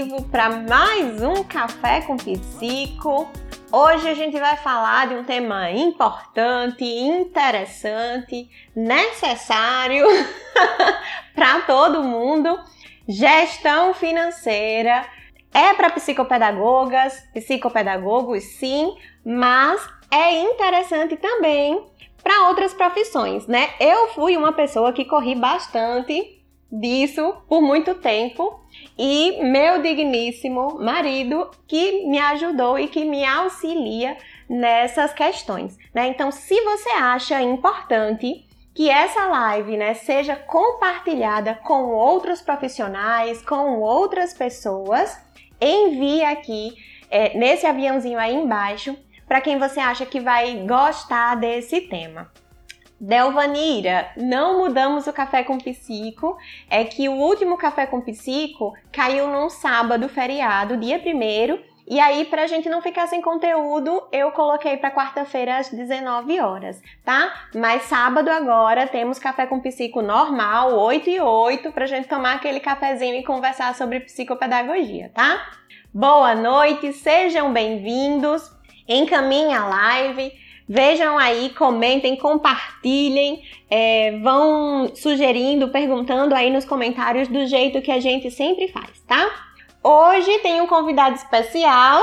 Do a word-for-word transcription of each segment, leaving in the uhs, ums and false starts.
vivo para mais um Café com Psico. Hoje a gente vai falar de um tema importante, interessante, necessário para todo mundo. Gestão financeira. É para psicopedagogas, psicopedagogos sim, mas é interessante também para outras profissões, né? Eu fui uma pessoa que corri bastante disso por muito tempo e meu digníssimo marido que me ajudou e que me auxilia nessas questões, né? Então, se você acha importante que essa live, né, seja compartilhada com outros profissionais, com outras pessoas, envie aqui é, nesse aviãozinho aí embaixo para quem você acha que vai gostar desse tema. Delvanira, não mudamos o Café com Psico, é que o último Café com Psico caiu num sábado feriado, dia primeiro, e aí pra gente não ficar sem conteúdo, eu coloquei pra quarta-feira às dezenove horas, tá? Mas sábado agora temos Café com Psico normal, oito e oito, pra gente tomar aquele cafezinho e conversar sobre psicopedagogia, tá? Boa noite, sejam bem-vindos, encaminhem a live. Vejam aí, comentem, compartilhem, é, vão sugerindo, perguntando aí nos comentários do jeito que a gente sempre faz, tá? Hoje tem um convidado especial,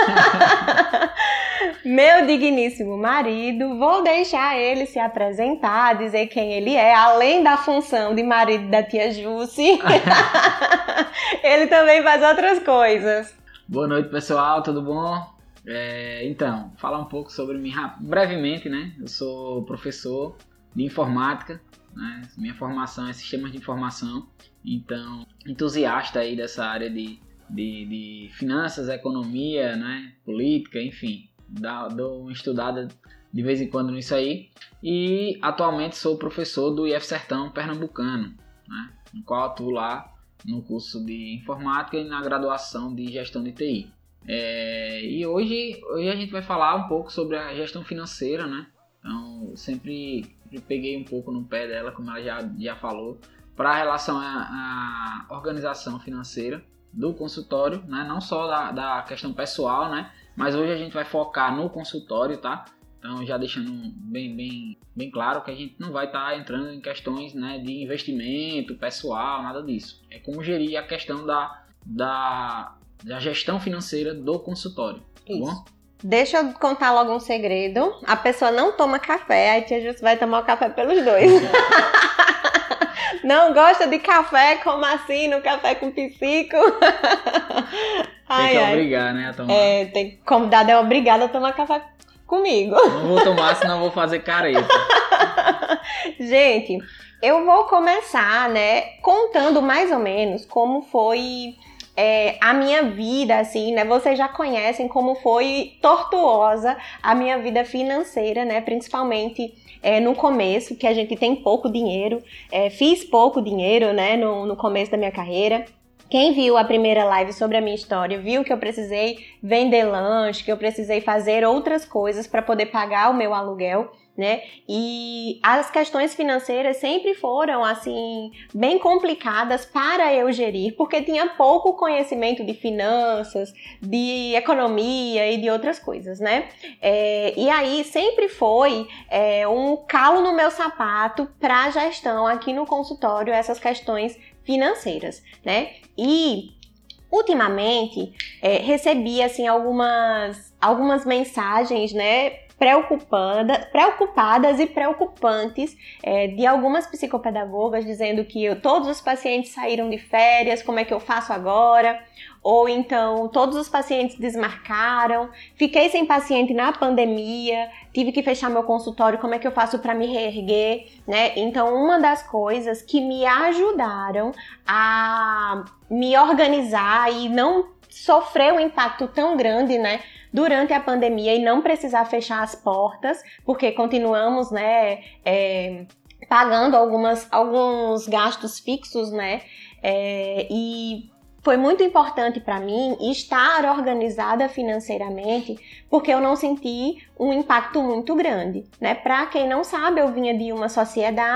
meu digníssimo marido. Vou deixar ele se apresentar, dizer quem ele é, além da função de marido da tia Jussi. Ele também faz outras coisas. Boa noite, pessoal, tudo bom? É, então, falar um pouco sobre mim brevemente, né? Eu sou professor de informática, né? Minha formação é sistemas de informação, então entusiasta aí dessa área de, de, de finanças, economia, né? Política, enfim, dá, dou uma estudada de vez em quando nisso aí e atualmente sou professor do I F Sertão Pernambucano, né? No qual atuo lá no curso de informática e na graduação de gestão de T I. É, e hoje, hoje a gente vai falar um pouco sobre a gestão financeira, né? Então, eu sempre, sempre peguei um pouco no pé dela, como ela já, já falou, para relação à, à organização financeira do consultório, né? Não só da, da questão pessoal, né? Mas hoje a gente vai focar no consultório, tá? Então, já deixando bem, bem, bem claro que a gente não vai estar tá entrando em questões, né, de investimento pessoal, nada disso. É como gerir a questão da... da da gestão financeira do consultório, tá bom? Deixa eu contar logo um segredo. A pessoa não toma café, a tia Jussi vai tomar o café pelos dois. Não gosta de café? Como assim no Café com Psico? Tem que ai. obrigar, né, a tomar. É, tem, convidado é obrigado a tomar café comigo. Não vou tomar, senão vou fazer careta. Gente, eu vou começar, né, contando mais ou menos como foi... É, a minha vida, assim, né, vocês já conhecem como foi tortuosa a minha vida financeira, né, principalmente é, no começo, que a gente tem pouco dinheiro, é, fiz pouco dinheiro, né, no, no começo da minha carreira. Quem viu a primeira live sobre a minha história, viu que eu precisei vender lanche, que eu precisei fazer outras coisas para poder pagar o meu aluguel, né? E as questões financeiras sempre foram, assim, bem complicadas para eu gerir, porque tinha pouco conhecimento de finanças, de economia e de outras coisas, né? É, e aí sempre foi é, um calo no meu sapato para a gestão aqui no consultório, essas questões financeiras, né? E ultimamente é, recebi assim algumas algumas mensagens, né, preocupadas, preocupadas e preocupantes é, de algumas psicopedagogas dizendo que eu, todos os pacientes saíram de férias, como é que eu faço agora? Ou então todos os pacientes desmarcaram, fiquei sem paciente na pandemia, tive que fechar meu consultório, como é que eu faço para me reerguer, né? Então, uma das coisas que me ajudaram a me organizar e não sofrer um impacto tão grande, né, durante a pandemia e não precisar fechar as portas, porque continuamos, né, é, pagando algumas, alguns gastos fixos, né, é, e foi muito importante para mim estar organizada financeiramente, porque eu não senti um impacto muito grande, né? Para quem não sabe, eu vinha de uma sociedade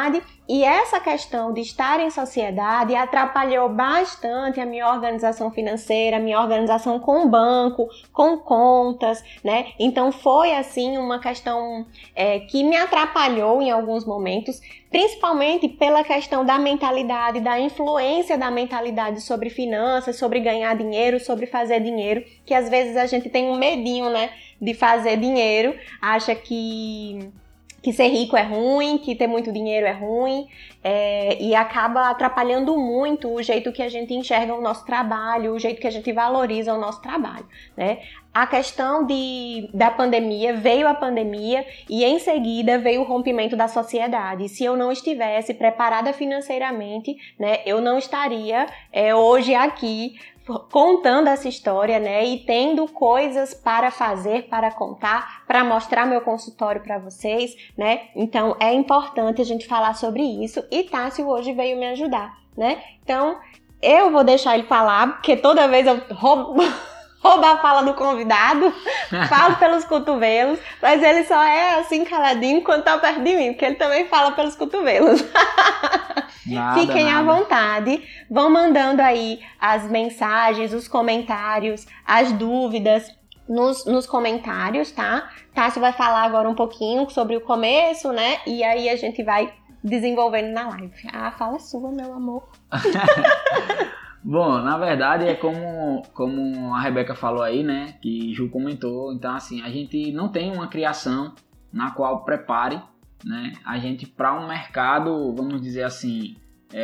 e essa questão de estar em sociedade atrapalhou bastante a minha organização financeira, a minha organização com o banco, com contas, né? Então foi assim uma questão é, que me atrapalhou em alguns momentos, principalmente pela questão da mentalidade, da influência da mentalidade sobre finanças, sobre ganhar dinheiro, sobre fazer dinheiro, que às vezes a gente tem um medinho, né, de fazer dinheiro, acha que, que ser rico é ruim, que ter muito dinheiro é ruim, é, e acaba atrapalhando muito o jeito que a gente enxerga o nosso trabalho, o jeito que a gente valoriza o nosso trabalho, né? A questão de, da pandemia, veio a pandemia e em seguida veio o rompimento da sociedade. Se eu não estivesse preparada financeiramente, né, eu não estaria é, hoje aqui contando essa história, né, e tendo coisas para fazer, para contar, para mostrar meu consultório para vocês, né? Então é importante a gente falar sobre isso e Tássio hoje veio me ajudar, né? Então eu vou deixar ele falar, porque toda vez eu roubo rouba a fala do convidado, falo pelos cotovelos, mas ele só é assim caladinho quando tá perto de mim, porque ele também fala pelos cotovelos. Nada, Fiquem nada. à vontade, vão mandando aí as mensagens, os comentários, as dúvidas nos, nos comentários, tá? Tássio vai falar agora um pouquinho sobre o começo, né? E aí a gente vai desenvolvendo na live. A fala é sua, meu amor. Bom, na verdade é como, como a Rebeca falou aí, né, que Ju comentou, então assim, a gente não tem uma criação na qual prepare, né, a gente para um mercado, vamos dizer assim,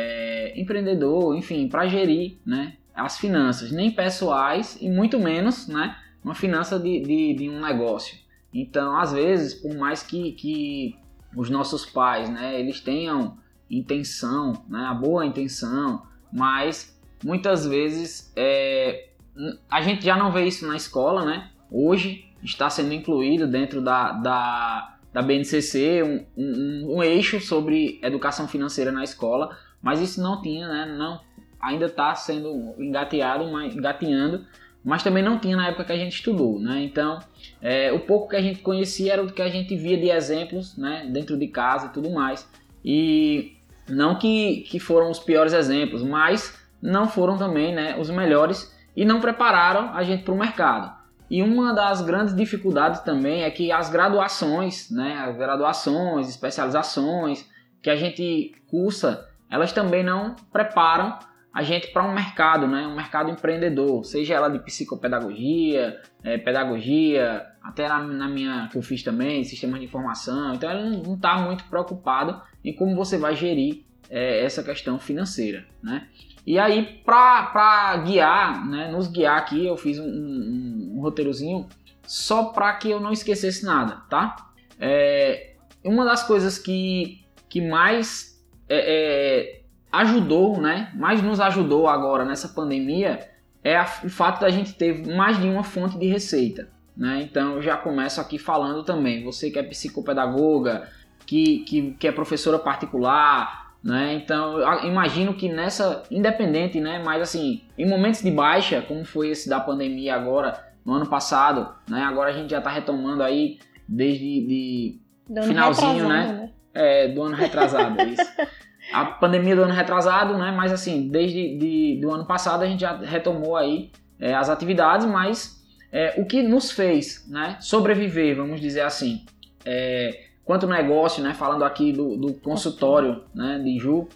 é, empreendedor, enfim, para gerir, né, as finanças, nem pessoais e muito menos, né, uma finança de, de, de um negócio. Então, às vezes, por mais que, que os nossos pais, né, eles tenham intenção, né, a boa intenção, mas muitas vezes é, a gente já não vê isso na escola, né? Hoje está sendo incluído dentro da, da, da B N C C um, um, um eixo sobre educação financeira na escola, mas isso não tinha, né? Não, ainda está sendo engateado, mas, engateando, mas também não tinha na época que a gente estudou, né? Então, é, o pouco que a gente conhecia era o que a gente via de exemplos, né? Dentro de casa e tudo mais. E não que, que foram os piores exemplos, mas não foram também, né, os melhores e não prepararam a gente para o mercado. E uma das grandes dificuldades também é que as graduações, né, as graduações, especializações que a gente cursa, elas também não preparam a gente para um mercado, né, um mercado empreendedor, seja ela de psicopedagogia, é, pedagogia, até na, na minha que eu fiz também, sistemas de informação. Então ela não está muito preocupado em como você vai gerir é, essa questão financeira, né? E aí, para guiar, né, nos guiar aqui, eu fiz um, um, um roteirozinho só para que eu não esquecesse nada, tá? É, uma das coisas que, que mais é, é, ajudou, né, mais nos ajudou agora nessa pandemia é a, o fato da gente ter mais de uma fonte de receita, né? Então, eu já começo aqui falando também, você que é psicopedagoga, que, que, que é professora particular, né? Então eu imagino que nessa, independente, né? Mas assim, em momentos de baixa, como foi esse da pandemia agora, no ano passado, né? Agora a gente já está retomando aí desde de finalzinho, né? né? É, do ano retrasado, isso. A pandemia do ano retrasado, né? Mas assim, desde de, do ano passado a gente já retomou aí é, as atividades, mas é, o que nos fez, né, sobreviver, vamos dizer assim, é, quanto negócio, né, falando aqui do, do consultório, né, de Ju,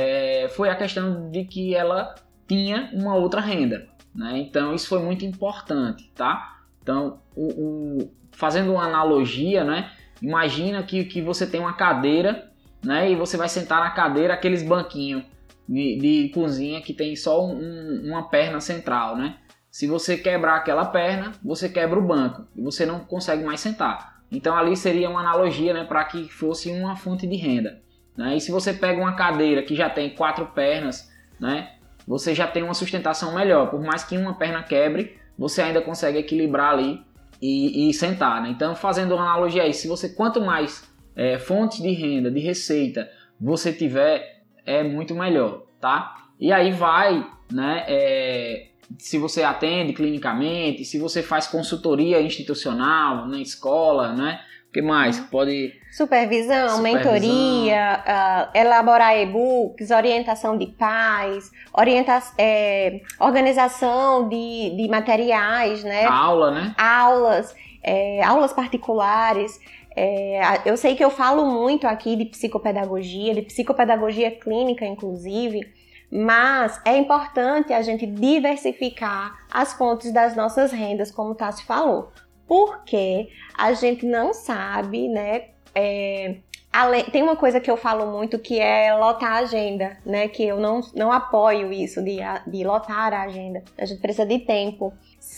é, foi a questão de que ela tinha uma outra renda, né? Então isso foi muito importante, tá? Então, o, o, fazendo uma analogia, né, imagina que, que você tem uma cadeira, né, e você vai sentar na cadeira aqueles banquinhos de, de cozinha que tem só um, uma perna central, né? Se você quebrar aquela perna, você quebra o banco e você não consegue mais sentar. Então ali seria uma analogia, né, para que fosse uma fonte de renda, né? E se você pega uma cadeira que já tem quatro pernas, né, você já tem uma sustentação melhor. Por mais que uma perna quebre, você ainda consegue equilibrar ali e, e sentar, né? Então, fazendo uma analogia aí, se você quanto mais é, fontes de renda, de receita você tiver, é muito melhor, tá? E aí vai, né, é, se você atende clinicamente, se você faz consultoria institucional na escola, né? O que mais? Pode... Supervisão, Supervisão. mentoria, uh, elaborar e-books, orientação de pais, orienta é, organização de, de materiais, né? Aula, né? Aulas, é, aulas particulares. É, eu sei que eu falo muito aqui de psicopedagogia, de psicopedagogia clínica, inclusive, mas é importante a gente diversificar as fontes das nossas rendas, como o Tassi falou. Porque a gente não sabe, né? É, além, tem uma coisa que eu falo muito que é lotar a agenda, né? Que eu não, não apoio isso de, de lotar a agenda. A gente precisa de tempo.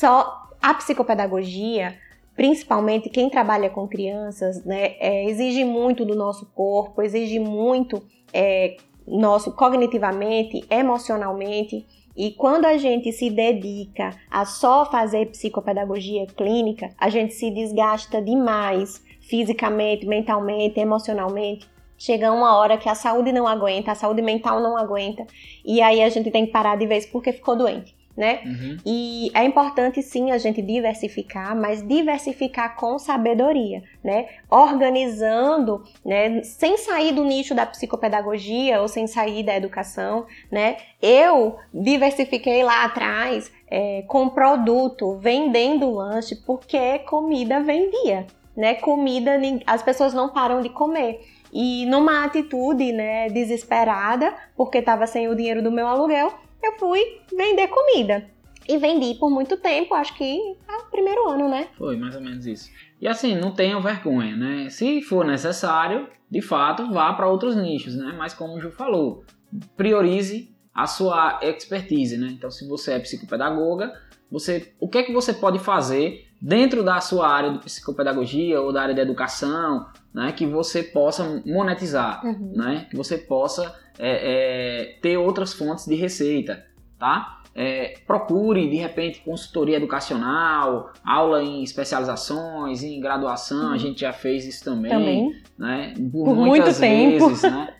Só a psicopedagogia, principalmente quem trabalha com crianças, né? É, exige muito do nosso corpo, exige muito é, nosso cognitivamente, emocionalmente. E quando a gente se dedica a só fazer psicopedagogia clínica, a gente se desgasta demais fisicamente, mentalmente, emocionalmente. Chega uma hora que a saúde não aguenta, a saúde mental não aguenta, e aí a gente tem que parar de vez porque ficou doente, né? Uhum. E é importante sim a gente diversificar, mas diversificar com sabedoria, né? Organizando, né? Sem sair do nicho da psicopedagogia ou sem sair da educação, né? Eu diversifiquei lá atrás é, com produto, vendendo lanche, porque comida vendia, né? Comida, as pessoas não param de comer. E numa atitude, né, desesperada, porque estava sem o dinheiro do meu aluguel, eu fui vender comida. E vendi por muito tempo, acho que no primeiro ano, né? Foi, mais ou menos isso. E assim, não tenham vergonha, né? Se for necessário, de fato, vá para outros nichos, né? Mas como o Ju falou, priorize a sua expertise, né? Então, se você é psicopedagoga, você, o que é que você pode fazer dentro da sua área de psicopedagogia ou da área de educação, né? Que você possa monetizar, Uhum. né? Que você possa é, é, ter outras fontes de receita, tá? É, procure, de repente, consultoria educacional, aula em especializações, em graduação, uhum. A gente já fez isso também, também. Né? Por, Por muitas muito tempo. vezes, né?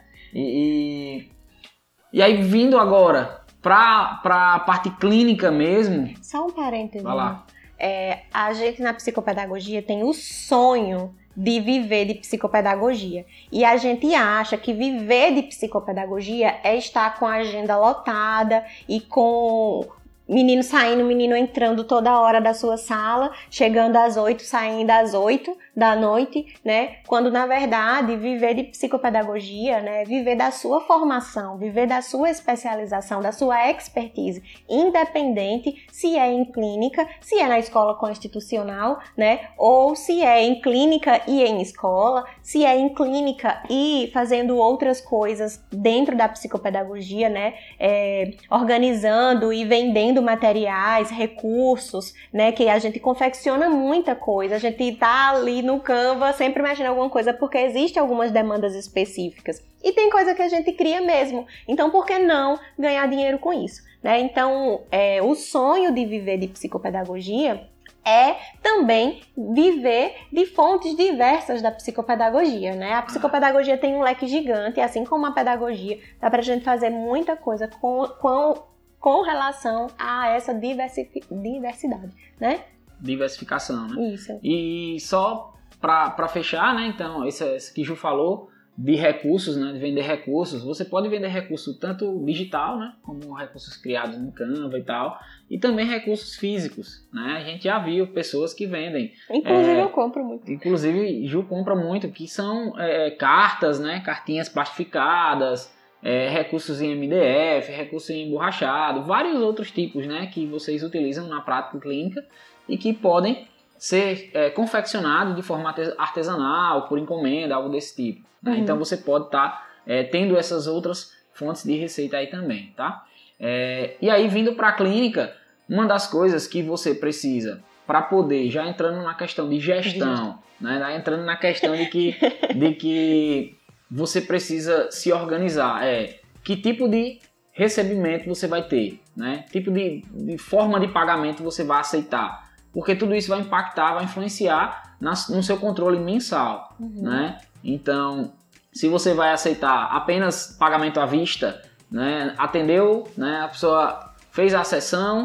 E, e, e aí, vindo agora para a parte clínica mesmo... Só um parênteses. Vai lá. É, a gente na psicopedagogia tem o sonho de viver de psicopedagogia. E a gente acha que viver de psicopedagogia é estar com a agenda lotada e com menino saindo, menino entrando toda hora da sua sala, chegando às oito, saindo às oito da noite, né? Quando, na verdade, viver de psicopedagogia, né? Viver da sua formação, viver da sua especialização, da sua expertise, independente se é em clínica, se é na escola constitucional, né? Ou se é em clínica e em escola, se é em clínica e fazendo outras coisas dentro da psicopedagogia, né? É, organizando e vendendo materiais, recursos, né? Que a gente confecciona muita coisa, a gente tá ali no Canva sempre imaginando alguma coisa, porque existem algumas demandas específicas. E tem coisa que a gente cria mesmo. Então, por que não ganhar dinheiro com isso? Né? Então, é, o sonho de viver de psicopedagogia é também viver de fontes diversas da psicopedagogia, né? A psicopedagogia tem um leque gigante, assim como a pedagogia, dá pra gente fazer muita coisa com, com, com relação a essa diversidade, né? Diversificação, né? Isso. E só para fechar, né? Então, esse, esse que o Ju falou de recursos, né? De vender recursos. Você pode vender recurso tanto digital, né? Como recursos criados no Canva e tal. E também recursos físicos, né? A gente já viu pessoas que vendem. Inclusive é, eu compro muito. Inclusive, Ju compra muito, que são é, cartas, né? Cartinhas plastificadas, é, recursos em M D F, recursos em emborrachado, vários outros tipos, né? Que vocês utilizam na prática clínica e que podem ser é, confeccionados de forma artesanal, por encomenda, algo desse tipo. Né? Uhum. Então você pode estar tá, é, tendo essas outras fontes de receita aí também, tá? É, e aí, vindo para a clínica, uma das coisas que você precisa para poder, já entrando na questão de gestão, né? Entrando na questão de que, de que você precisa se organizar, é que tipo de recebimento você vai ter, né? Tipo de, de forma de pagamento você vai aceitar. Porque tudo isso vai impactar, vai influenciar na, no seu controle mensal, uhum. Né? Então, se você vai aceitar apenas pagamento à vista, né? Atendeu, né? A pessoa fez a sessão,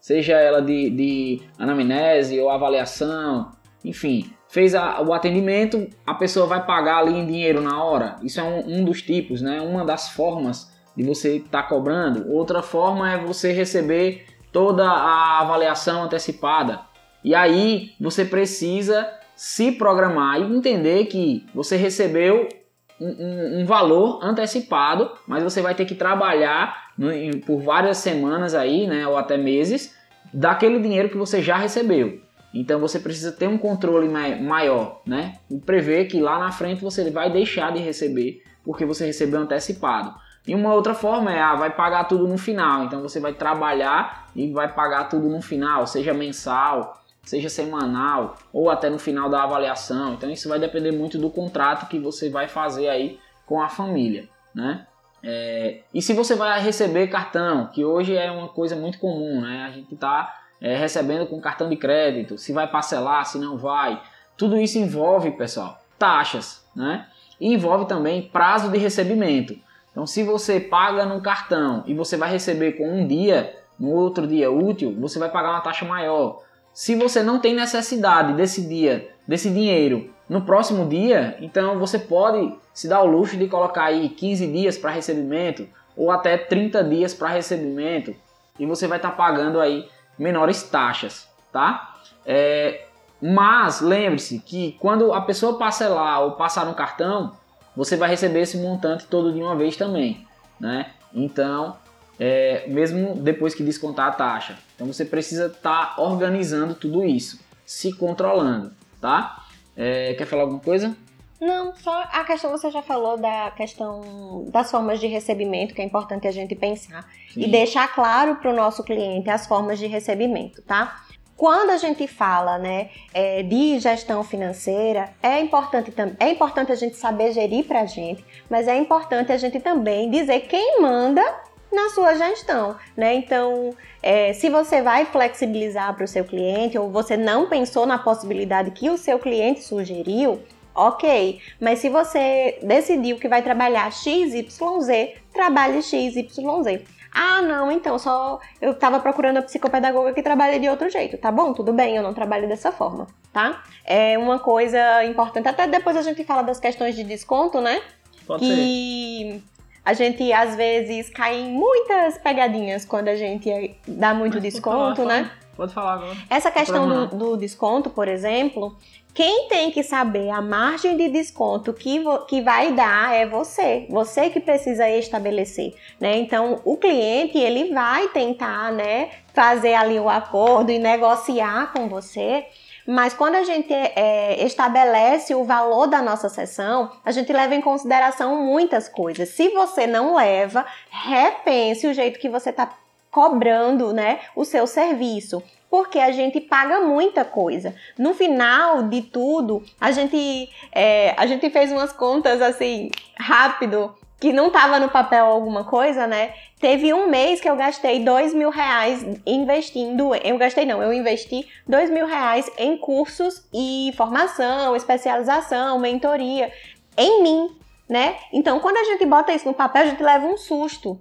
seja ela de, de anamnese ou avaliação, enfim, fez a, o atendimento, a pessoa vai pagar ali em dinheiro na hora. Isso é um, um dos tipos, né? Uma das formas de você estar tá cobrando. Outra forma é você receber toda a avaliação antecipada. E aí você precisa se programar e entender que você recebeu um, um, um valor antecipado, mas você vai ter que trabalhar no, em, por várias semanas aí, né, ou até meses, daquele dinheiro que você já recebeu. Então você precisa ter um controle maior, né? E prever que lá na frente você vai deixar de receber porque você recebeu antecipado. E uma outra forma é, ah, vai pagar tudo no final. Então você vai trabalhar e vai pagar tudo no final, seja mensal, seja semanal ou até no final da avaliação. Então isso vai depender muito do contrato que você vai fazer aí com a família, né? É, e se você vai receber cartão, que hoje é uma coisa muito comum, né? A gente está é, recebendo com cartão de crédito, se vai parcelar, se não vai. Tudo isso envolve, pessoal, taxas, né? E envolve também prazo de recebimento. Então se você paga no cartão e você vai receber com um dia, no outro dia útil, você vai pagar uma taxa maior. Se você não tem necessidade desse dia, desse dinheiro no próximo dia, então você pode se dar o luxo de colocar aí quinze dias para recebimento ou até trinta dias para recebimento e você vai estar tá pagando aí menores taxas, tá? É, mas lembre-se que quando a pessoa parcelar ou passar no cartão, você vai receber esse montante todo de uma vez também, né? Então, é, mesmo depois que descontar a taxa. Então você precisa estar tá organizando tudo isso, se controlando, tá? É, quer falar alguma coisa? Não, só a questão, você já falou da questão das formas de recebimento, que é importante a gente pensar. Sim. E deixar claro para o nosso cliente as formas de recebimento, tá? Quando a gente fala, né, é, de gestão financeira, é importante, é importante a gente saber gerir para a gente, mas é importante a gente também dizer quem manda na sua gestão, né? Então, é, se você vai flexibilizar para o seu cliente ou você não pensou na possibilidade que o seu cliente sugeriu, ok. Mas se você decidiu que vai trabalhar X Y Z, trabalhe X Y Z. Ah, não, então, só eu estava procurando a psicopedagoga que trabalha de outro jeito. Tá bom, tudo bem, eu não trabalho dessa forma, tá? É uma coisa importante, até depois a gente fala das questões de desconto, né? Pode que... ser. A gente, às vezes, cai em muitas pegadinhas quando a gente dá muito Mas desconto, falar, né? Pode falar agora. Essa questão do, do desconto, por exemplo, quem tem que saber a margem de desconto que, que vai dar é você. Você que precisa estabelecer, né? Então, o cliente, ele vai tentar, né, fazer ali o acordo e negociar com você. Mas quando a gente é, estabelece o valor da nossa sessão, a gente leva em consideração muitas coisas. Se você não leva, repense o jeito que você está cobrando, né, o seu serviço. Porque a gente paga muita coisa. No final de tudo, a gente, é, a gente fez umas contas assim, rápido, que não estava no papel alguma coisa, né? Teve um mês que eu gastei dois mil reais investindo, eu gastei não, eu investi dois mil reais em cursos e formação, especialização, mentoria, em mim, né? Então, quando a gente bota isso no papel, a gente leva um susto.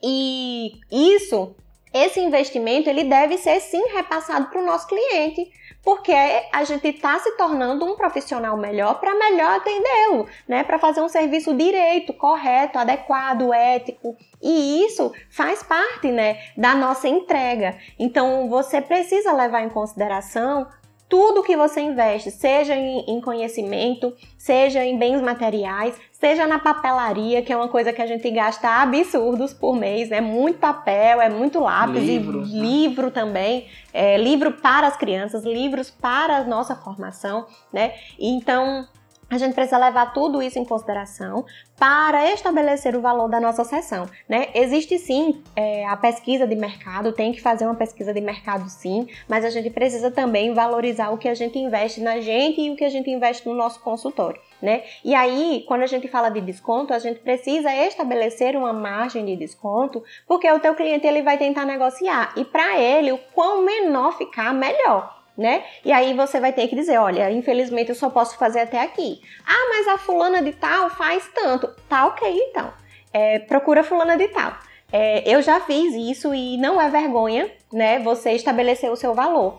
E isso, esse investimento, ele deve ser sim repassado para o nosso cliente, porque a gente está se tornando um profissional melhor para melhor atendê-lo, né? Para fazer um serviço direito, correto, adequado, ético. E isso faz parte, né, da nossa entrega. Então, você precisa levar em consideração tudo que você investe, seja em conhecimento, seja em bens materiais, seja na papelaria, que é uma coisa que a gente gasta absurdos por mês, é muito papel, é muito lápis, livro, e livro também, é, livro para as crianças, livros para a nossa formação, né? Então, a gente precisa levar tudo isso em consideração para estabelecer o valor da nossa sessão, né? Existe sim é, a pesquisa de mercado, tem que fazer uma pesquisa de mercado sim, mas a gente precisa também valorizar o que a gente investe na gente e o que a gente investe no nosso consultório, né? E aí, quando a gente fala de desconto, a gente precisa estabelecer uma margem de desconto, porque o teu cliente ele vai tentar negociar e para ele, o quão menor ficar, melhor. Né? E aí você vai ter que dizer, olha, infelizmente eu só posso fazer até aqui. Ah, mas a fulana de tal faz tanto. Tá ok, então. É, procura fulana de tal. É, eu já fiz isso e não é vergonha, né, você estabelecer o seu valor.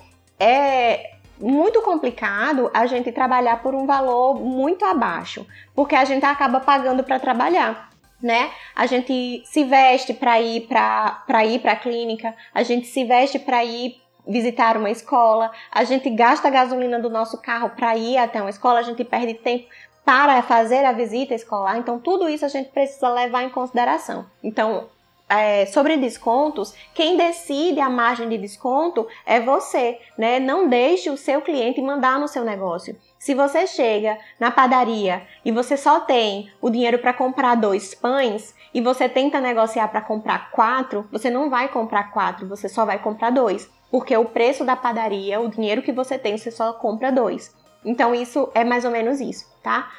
É muito complicado a gente trabalhar por um valor muito abaixo, porque a gente acaba pagando para trabalhar, né? A gente se veste para ir para para ir para a clínica, a gente se veste para ir visitar uma escola, a gente gasta a gasolina do nosso carro para ir até uma escola, a gente perde tempo para fazer a visita escolar, então tudo isso a gente precisa levar em consideração. Então, É, sobre descontos, quem decide a margem de desconto é você, né? Não deixe o seu cliente mandar no seu negócio. Se você chega na padaria e você só tem o dinheiro para comprar dois pães e você tenta negociar para comprar quatro, você não vai comprar quatro, você só vai comprar dois. Porque o preço da padaria, o dinheiro que você tem, você só compra dois. Então isso é mais ou menos isso, tá?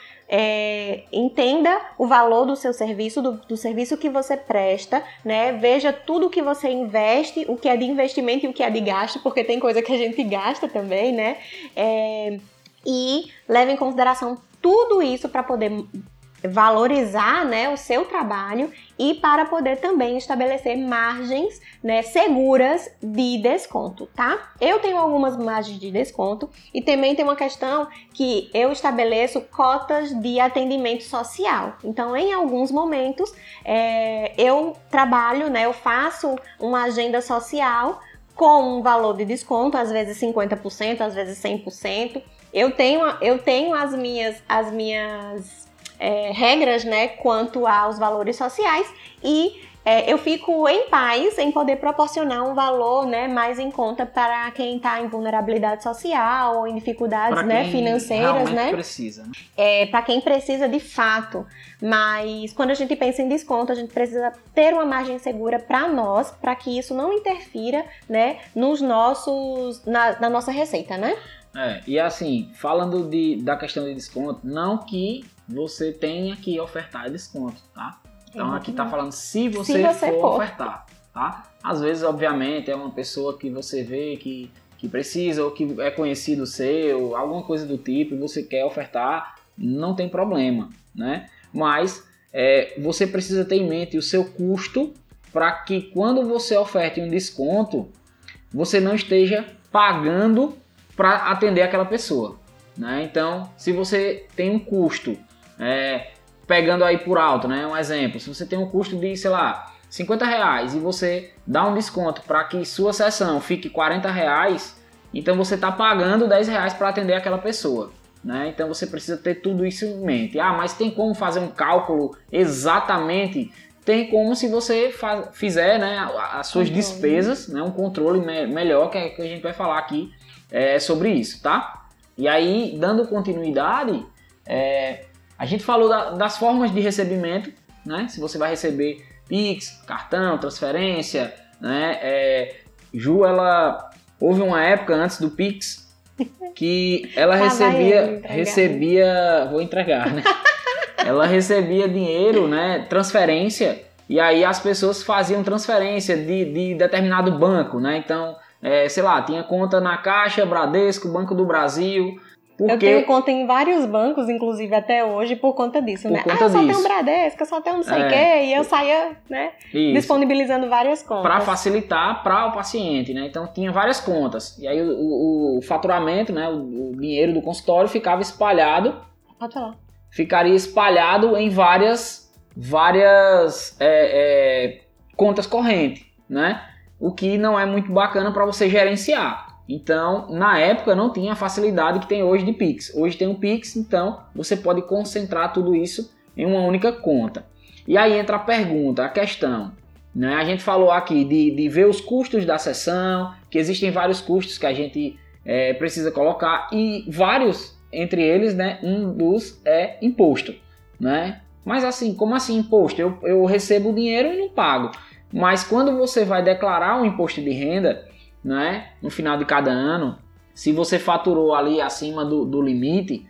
É, entenda o valor do seu serviço, do, do serviço que você presta, né? Veja tudo que você investe, o que é de investimento e o que é de gasto, porque tem coisa que a gente gasta também, né? É, e leve em consideração tudo isso para poder valorizar, né, o seu trabalho e para poder também estabelecer margens, né, seguras de desconto, tá? Eu tenho algumas margens de desconto e também tem uma questão que eu estabeleço cotas de atendimento social. Então, em alguns momentos, é, eu trabalho, né, eu faço uma agenda social com um valor de desconto, às vezes cinquenta por cento, às vezes cem por cento. Eu tenho, eu tenho as minhas, as minhas É, regras, né, quanto aos valores sociais e é, eu fico em paz em poder proporcionar um valor, né, mais em conta para quem está em vulnerabilidade social ou em dificuldades, né, financeiras, né? Precisa, né? É, para quem precisa de fato. Mas quando a gente pensa em desconto, a gente precisa ter uma margem segura para nós, para que isso não interfira, né, nos nossos, na, na nossa receita, né? É, e assim, falando de, da questão de desconto, não que você tenha que ofertar desconto, tá? Então aqui tá falando se você, se você for, for ofertar, tá? Às vezes, obviamente, é uma pessoa que você vê que, que precisa ou que é conhecido seu, alguma coisa do tipo, e você quer ofertar, não tem problema, né? Mas é, você precisa ter em mente o seu custo para que quando você oferte um desconto, você não esteja pagando para atender aquela pessoa, né? Então, se você tem um custo, é, pegando aí por alto, né? Um exemplo, se você tem um custo de, sei lá, cinquenta reais e você dá um desconto para que sua sessão fique quarenta reais, então você está pagando dez reais para atender aquela pessoa, né? Então você precisa ter tudo isso em mente. Ah, mas tem como fazer um cálculo exatamente? Tem como se você faz, fizer, né, as suas controle. despesas, né, um controle me- melhor que, que a gente vai falar aqui é, sobre isso, tá? E aí, dando continuidade, é, a gente falou da, das formas de recebimento, né? Se você vai receber Pix, cartão, transferência, né? É, Ju, ela houve uma época antes do Pix que ela recebia, recebia, vou entregar, né? Ela recebia dinheiro, né? Transferência, e aí as pessoas faziam transferência de, de determinado banco, né? Então, é, sei lá, tinha conta na Caixa, Bradesco, Banco do Brasil. Porque... Eu tenho conta em vários bancos, inclusive até hoje, por conta disso, por né? Conta ah, eu só disso. tenho Bradesco, eu só tenho não sei o é. quê, e eu saía, né, Isso. disponibilizando várias contas. Para facilitar para o paciente, né? Então tinha várias contas. E aí o, o, o faturamento, né, o, o dinheiro do consultório ficava espalhado. Pode falar. Ficaria espalhado em várias, várias é, é, contas correntes, né? O que não é muito bacana para você gerenciar. Então, na época não tinha a facilidade que tem hoje de Pix. Hoje tem o Pix, então você pode concentrar tudo isso em uma única conta. E aí entra a pergunta, a questão, né? A gente falou aqui de, de ver os custos da sessão, que existem vários custos que a gente é, precisa colocar e vários, entre eles, né, um dos é imposto, né? Mas assim, como assim imposto? Eu, eu recebo o dinheiro e não pago. Mas quando você vai declarar um imposto de renda, né, no final de cada ano, se você faturou ali acima do, do limite,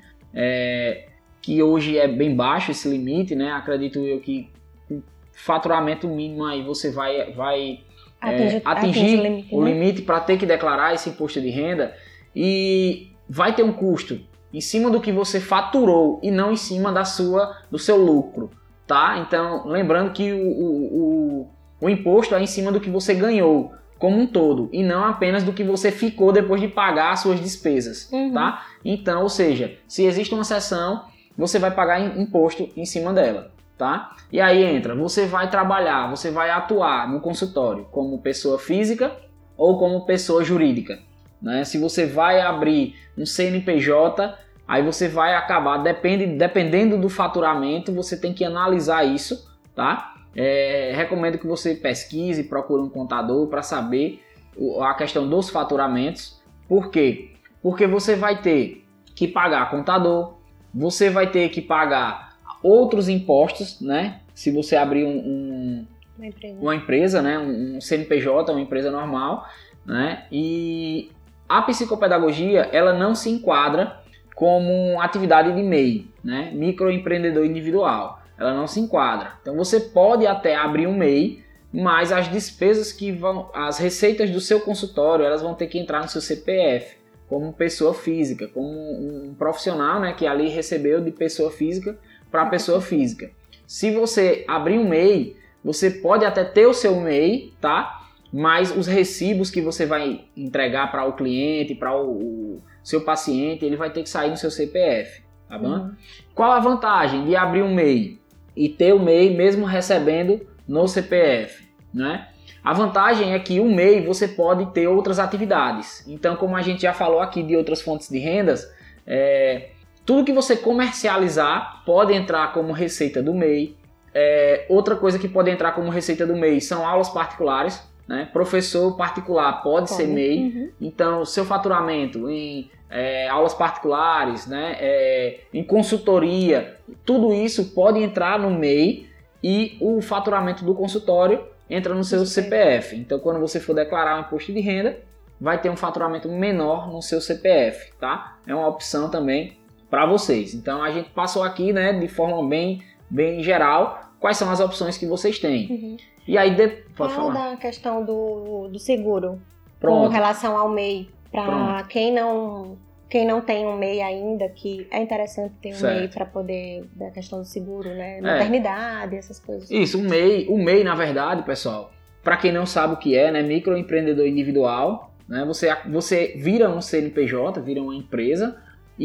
é, que hoje é bem baixo esse limite, né? Acredito eu que o faturamento mínimo aí você vai, vai atinge, é, atingir o limite, o né? limite para ter que declarar esse imposto de renda e vai ter um custo em cima do que você faturou e não em cima da sua, do seu lucro, tá? Então, lembrando que o, o, o, o imposto é em cima do que você ganhou, como um todo, e não apenas do que você ficou depois de pagar as suas despesas, Uhum. tá? Então, ou seja, se existe uma seção, você vai pagar imposto em cima dela, tá? E aí entra, você vai trabalhar, você vai atuar no consultório como pessoa física ou como pessoa jurídica, né? Se você vai abrir um C N P J, aí você vai acabar, depende, dependendo do faturamento, você tem que analisar isso, tá? É, recomendo que você pesquise, procure um contador para saber a questão dos faturamentos. Por quê? Porque você vai ter que pagar contador, você vai ter que pagar outros impostos, né? Se você abrir um, um, Uma empresa, uma empresa, né? um C N P J, uma empresa normal, né? E a psicopedagogia, ela não se enquadra como atividade de M E I, né? Microempreendedor individual. Ela não se enquadra. Então você pode até abrir um M E I, mas as despesas que vão, as receitas do seu consultório, elas vão ter que entrar no seu C P F, como pessoa física, como um profissional, né, que ali recebeu de pessoa física para pessoa física. Se você abrir um M E I, você pode até ter o seu M E I, tá? Mas os recibos que você vai entregar para o cliente, para o, o seu paciente, ele vai ter que sair no seu C P F, tá bom? Uhum. Qual a vantagem de abrir um M E I e ter o M E I mesmo recebendo no C P F, né? A vantagem é que o M E I você pode ter outras atividades. Então, como a gente já falou aqui de outras fontes de rendas, é, tudo que você comercializar pode entrar como receita do M E I. É, outra coisa que pode entrar como receita do M E I são aulas particulares, né? Professor particular pode, pode. ser M E I. Uhum. Então, seu faturamento em é, aulas particulares, né? É, em consultoria, tudo isso pode entrar no M E I e o faturamento do consultório entra no seu C P F. Então, quando você for declarar o imposto de renda, vai ter um faturamento menor no seu C P F, tá? É uma opção também para vocês. Então, a gente passou aqui, né, de forma bem, bem geral, quais são as opções que vocês têm. Uhum. E aí, de... pode Fala falar. da questão do, do seguro, Pronto. com relação ao M E I, para quem não... Quem não tem um M E I ainda, que é interessante ter um certo. M E I para poder, da questão do seguro, né? Maternidade, é. essas coisas. Isso, o M E I, o M E I, na verdade, pessoal, para quem não sabe o que é, né? Microempreendedor individual, né? Você, você vira um C N P J, vira uma empresa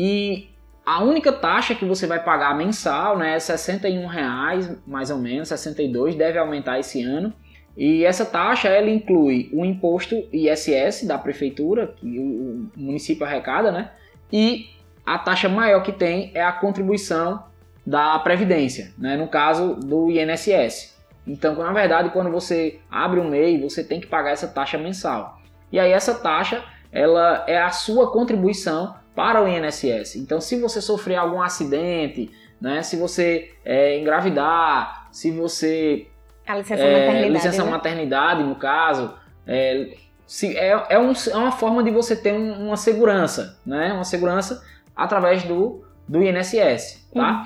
e a única taxa que você vai pagar mensal, né, é sessenta e um reais, mais ou menos, sessenta e dois, deve aumentar esse ano. E essa taxa, ela inclui o imposto I S S da prefeitura, que o município arrecada, né? E a taxa maior que tem é a contribuição da Previdência, né? No caso do I N S S. Então, na verdade, quando você abre um M E I, você tem que pagar essa taxa mensal. E aí essa taxa, ela é a sua contribuição para o I N S S. Então, se você sofrer algum acidente, né? Se você é, engravidar, se você... A licença é, maternidade, licença né? maternidade, no caso, é, se, é, é, um, é uma forma de você ter um, uma segurança, né? Uma segurança através do, do I N S S, tá? Uhum.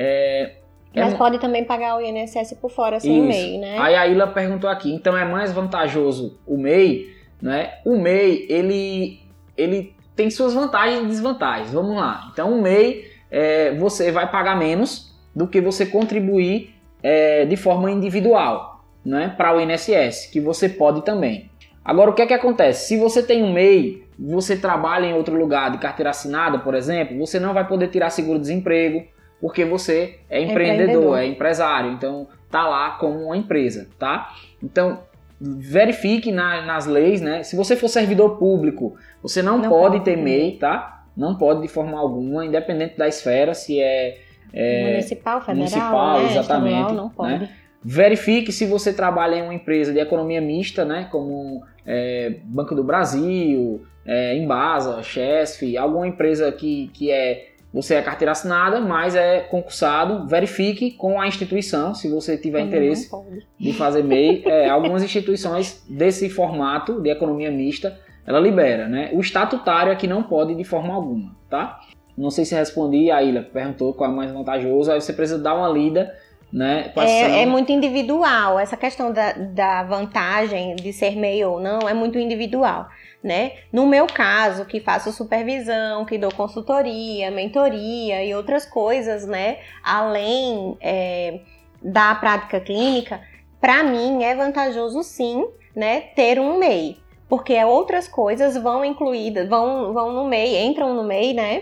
É, Mas é, pode também pagar o I N S S por fora, sem M E I, né? Aí a Ilha perguntou aqui, então é mais vantajoso o M E I, né? O M E I, ele, ele tem suas vantagens e desvantagens, vamos lá. Então o M E I, é, você vai pagar menos do que você contribuir É, de forma individual, né, para o I N S S, que você pode também. Agora, o que é que acontece? Se você tem um M E I, você trabalha em outro lugar de carteira assinada, por exemplo, você não vai poder tirar seguro-desemprego, porque você é empreendedor, empreendedor, é empresário, então tá lá como uma empresa, tá? Então, verifique na, nas leis, né? Se você for servidor público, você não, não pode, pode ter M E I, tá? Não pode de forma alguma, independente da esfera, se é É, municipal, federal, municipal, né? exatamente, Estadual, não pode. Né? Verifique se você trabalha em uma empresa de economia mista, né? Como é, Banco do Brasil, é, Embasa, Chesf, alguma empresa que, que é, você é carteira assinada, mas é concursado. Verifique com a instituição, se você tiver Também interesse de fazer M E I. É, algumas instituições desse formato de economia mista, ela libera, né? O estatutário é que não pode de forma alguma, tá? Não sei se respondi, a Ilha perguntou qual é mais vantajoso, aí você precisa dar uma lida, né? É, é muito individual, essa questão da, da vantagem de ser M E I ou não é muito individual, né? No meu caso, que faço supervisão, que dou consultoria, mentoria e outras coisas, né? Além é, da prática clínica, para mim é vantajoso sim, né, ter um M E I, porque outras coisas vão incluídas, vão, vão no M E I, entram no M E I, né,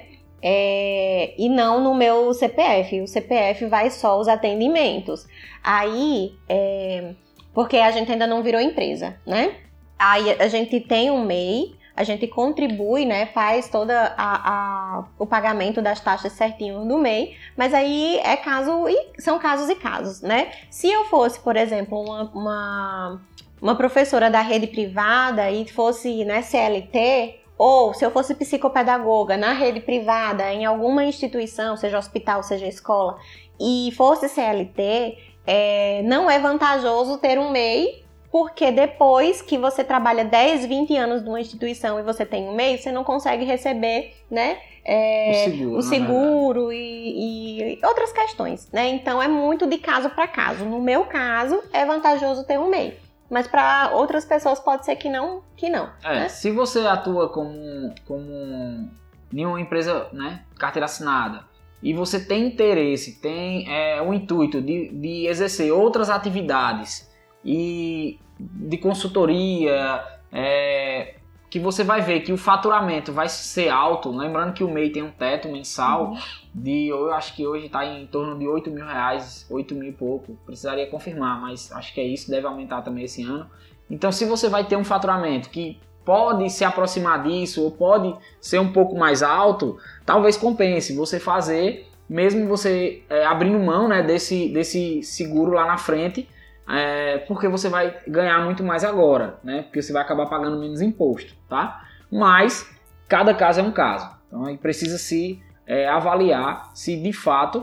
é, e não no meu C P F. O C P F vai só os atendimentos. Aí, é, porque a gente ainda não virou empresa, né? Aí a gente tem um M E I, a gente contribui, né, faz todo a, a, o pagamento das taxas certinho do M E I, mas aí é caso, e são casos e casos, né? Se eu fosse, por exemplo, uma, uma, uma professora da rede privada e fosse, né, C L T, ou se eu fosse psicopedagoga na rede privada, em alguma instituição, seja hospital, seja escola, e fosse C L T, é, não é vantajoso ter um M E I, porque depois que você trabalha dez, vinte anos numa instituição e você tem um M E I, você não consegue receber, né, é, o seguro, o seguro e, e outras questões, né? Então é muito de caso para caso. No meu caso, é vantajoso ter um M E I. Mas para outras pessoas pode ser que não, que não. É, né? Se você atua como, como em uma empresa, né, carteira assinada, e você tem interesse, tem é, o intuito de, de exercer outras atividades e de consultoria, é, que você vai ver que o faturamento vai ser alto, lembrando que o M E I tem um teto mensal, uhum. de, eu acho que hoje está em torno de oito mil reais, oito mil e pouco, precisaria confirmar, mas acho que é isso, deve aumentar também esse ano. Então, se você vai ter um faturamento que pode se aproximar disso, ou pode ser um pouco mais alto, talvez compense você fazer, mesmo você é, abrindo mão, né, desse, desse seguro lá na frente, é, porque você vai ganhar muito mais agora, né, porque você vai acabar pagando menos imposto, tá? Mas cada caso é um caso, então aí precisa se é, avaliar se de fato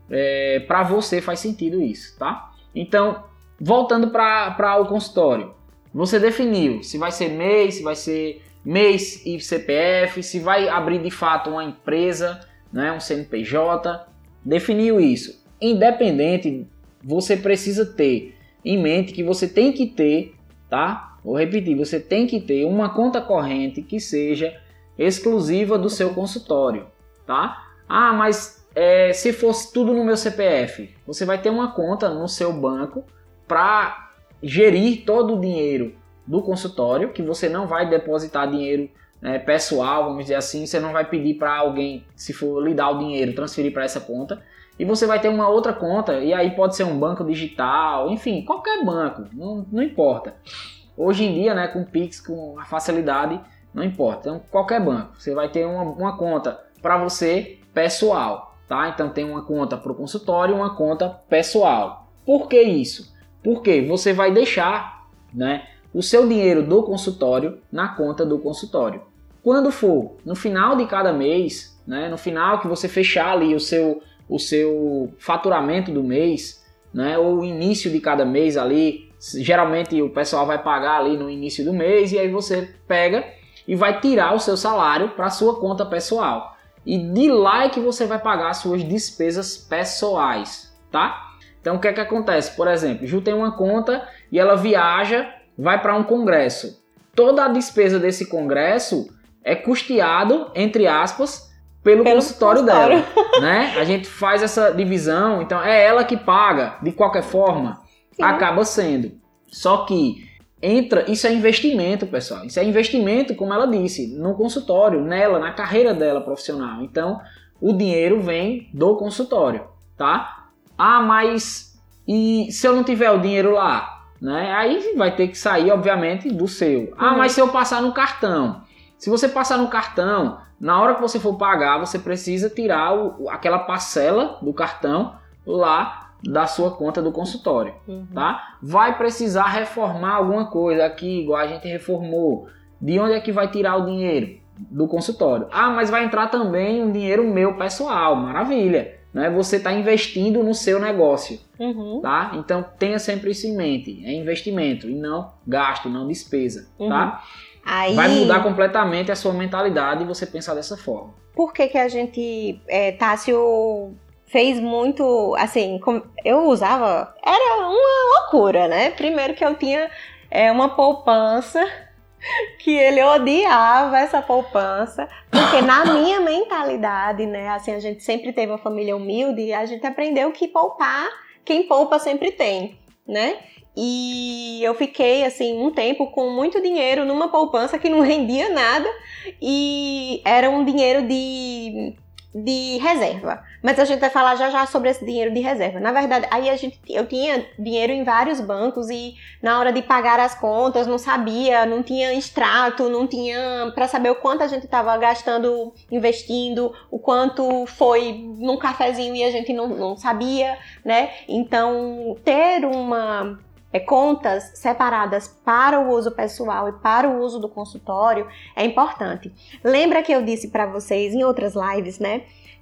é, para você faz sentido isso, tá? Então, voltando para o consultório, você definiu se vai ser M E I, se vai ser M E I e C P F, se vai abrir de fato uma empresa, né, um C N P J, definiu isso. Independente, você precisa ter em mente que você tem que ter, tá? Vou repetir, você tem que ter uma conta corrente que seja exclusiva do seu consultório, tá? Ah, mas é, se fosse tudo no meu C P F, você vai ter uma conta no seu banco para gerir todo o dinheiro do consultório, que você não vai depositar dinheiro né, pessoal, vamos dizer assim, você não vai pedir para alguém, se for lhe dar o dinheiro, transferir para essa conta, e você vai ter uma outra conta, e aí pode ser um banco digital, enfim, qualquer banco, não, não importa. Hoje em dia, né, com o Pix, com a facilidade, não importa, então qualquer banco, você vai ter uma, uma conta para você pessoal, tá? Então tem uma conta para o consultório e uma conta pessoal. Por que isso? Porque você vai deixar, né, o seu dinheiro do consultório na conta do consultório. Quando for no final de cada mês, né, no final que você fechar ali o seu, o seu faturamento do mês, né, ou o início de cada mês ali, geralmente o pessoal vai pagar ali no início do mês e aí você pega e vai tirar o seu salário para a sua conta pessoal. E de lá é que você vai pagar as suas despesas pessoais, tá? Então, o que é que acontece? Por exemplo, Ju tem uma conta e ela viaja, vai para um congresso. Toda a despesa desse congresso é custeado, entre aspas, pelo, pelo consultório, consultório dela. Né? A gente faz essa divisão, então é ela que paga, de qualquer forma, Sim. acaba sendo. Só que entra, isso é investimento, pessoal. Isso é investimento, como ela disse, no consultório, nela, na carreira dela profissional. Então, o dinheiro vem do consultório, tá? Ah, mas e se eu não tiver o dinheiro lá? Né? Aí vai ter que sair, obviamente, do seu. Ah, uhum. Mas se eu passar no cartão? Se você passar no cartão, na hora que você for pagar, você precisa tirar o, aquela parcela do cartão lá da sua conta do consultório. Uhum. Tá? Vai precisar reformar alguma coisa aqui, igual a gente reformou. De onde é que vai tirar o dinheiro? Do consultório. Ah, mas vai entrar também um dinheiro meu pessoal. Maravilha. Né? Você está investindo no seu negócio, uhum. tá? Então tenha sempre isso em mente, é investimento e não gasto, não despesa, uhum. tá? Aí... Vai mudar completamente a sua mentalidade e você pensar dessa forma. Por que que a gente, é, Tássio fez muito, assim, eu usava, era uma loucura, né? Primeiro que eu tinha é, uma poupança, que ele odiava essa poupança, porque na minha mentalidade, né, assim, a gente sempre teve uma família humilde e a gente aprendeu que poupar, quem poupa sempre tem, né? E eu fiquei, assim, um tempo com muito dinheiro numa poupança que não rendia nada e era um dinheiro de, de reserva. Mas a gente vai falar já já sobre esse dinheiro de reserva. Na verdade, aí a gente, eu tinha dinheiro em vários bancos e na hora de pagar as contas não sabia, não tinha extrato, não tinha para saber o quanto a gente estava gastando, investindo, o quanto foi num cafezinho e a gente não, não sabia, né? Então, ter uma... É, contas separadas para o uso pessoal e para o uso do consultório é importante. Lembra que eu disse para vocês em outras lives, né?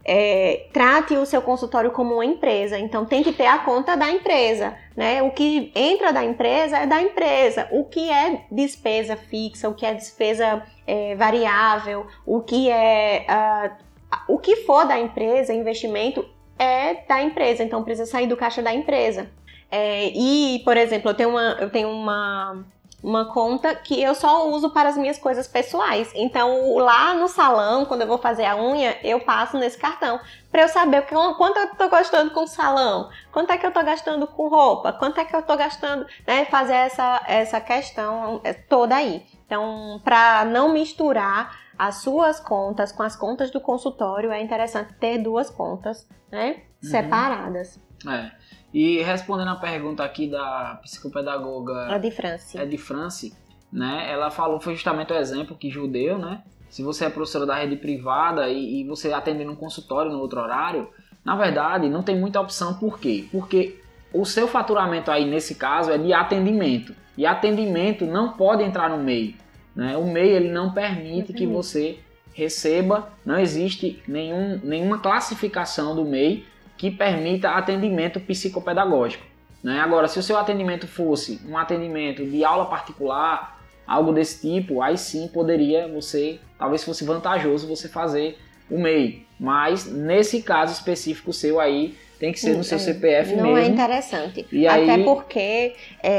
É, trate o seu consultório como uma empresa, então tem que ter a conta da empresa, né? O que entra da empresa é da empresa, o que é despesa fixa, o que é despesa é, variável, o que é uh, o que for da empresa, investimento é da empresa, então precisa sair do caixa da empresa. É, e, por exemplo, eu tenho, uma, eu tenho uma, uma conta que eu só uso para as minhas coisas pessoais. Então, lá no salão, quando eu vou fazer a unha, eu passo nesse cartão para eu saber quanto eu tô gastando com o salão, quanto é que eu tô gastando com roupa, quanto é que eu tô gastando, né? Fazer essa, essa questão toda aí. Então, para não misturar as suas contas com as contas do consultório, é interessante ter duas contas, né? Uhum. Separadas. É. E respondendo a pergunta aqui da psicopedagoga Edi France, Edi France, né? Ela falou, foi justamente o exemplo que Judeu, né? Se você é professora da rede privada e, e você atende num consultório no outro horário, na verdade não tem muita opção. Por quê? Porque o seu faturamento aí nesse caso é de atendimento. E atendimento não pode entrar no M E I, né? O M E I ele não permite que você receba, não existe nenhum, nenhuma classificação do M E I que permita atendimento psicopedagógico, né? Agora, se o seu atendimento fosse um atendimento de aula particular, algo desse tipo, aí sim poderia você, talvez fosse vantajoso você fazer o M E I. Mas nesse caso específico seu aí, tem que ser no seu C P F não mesmo. Não é interessante. E Até aí... porque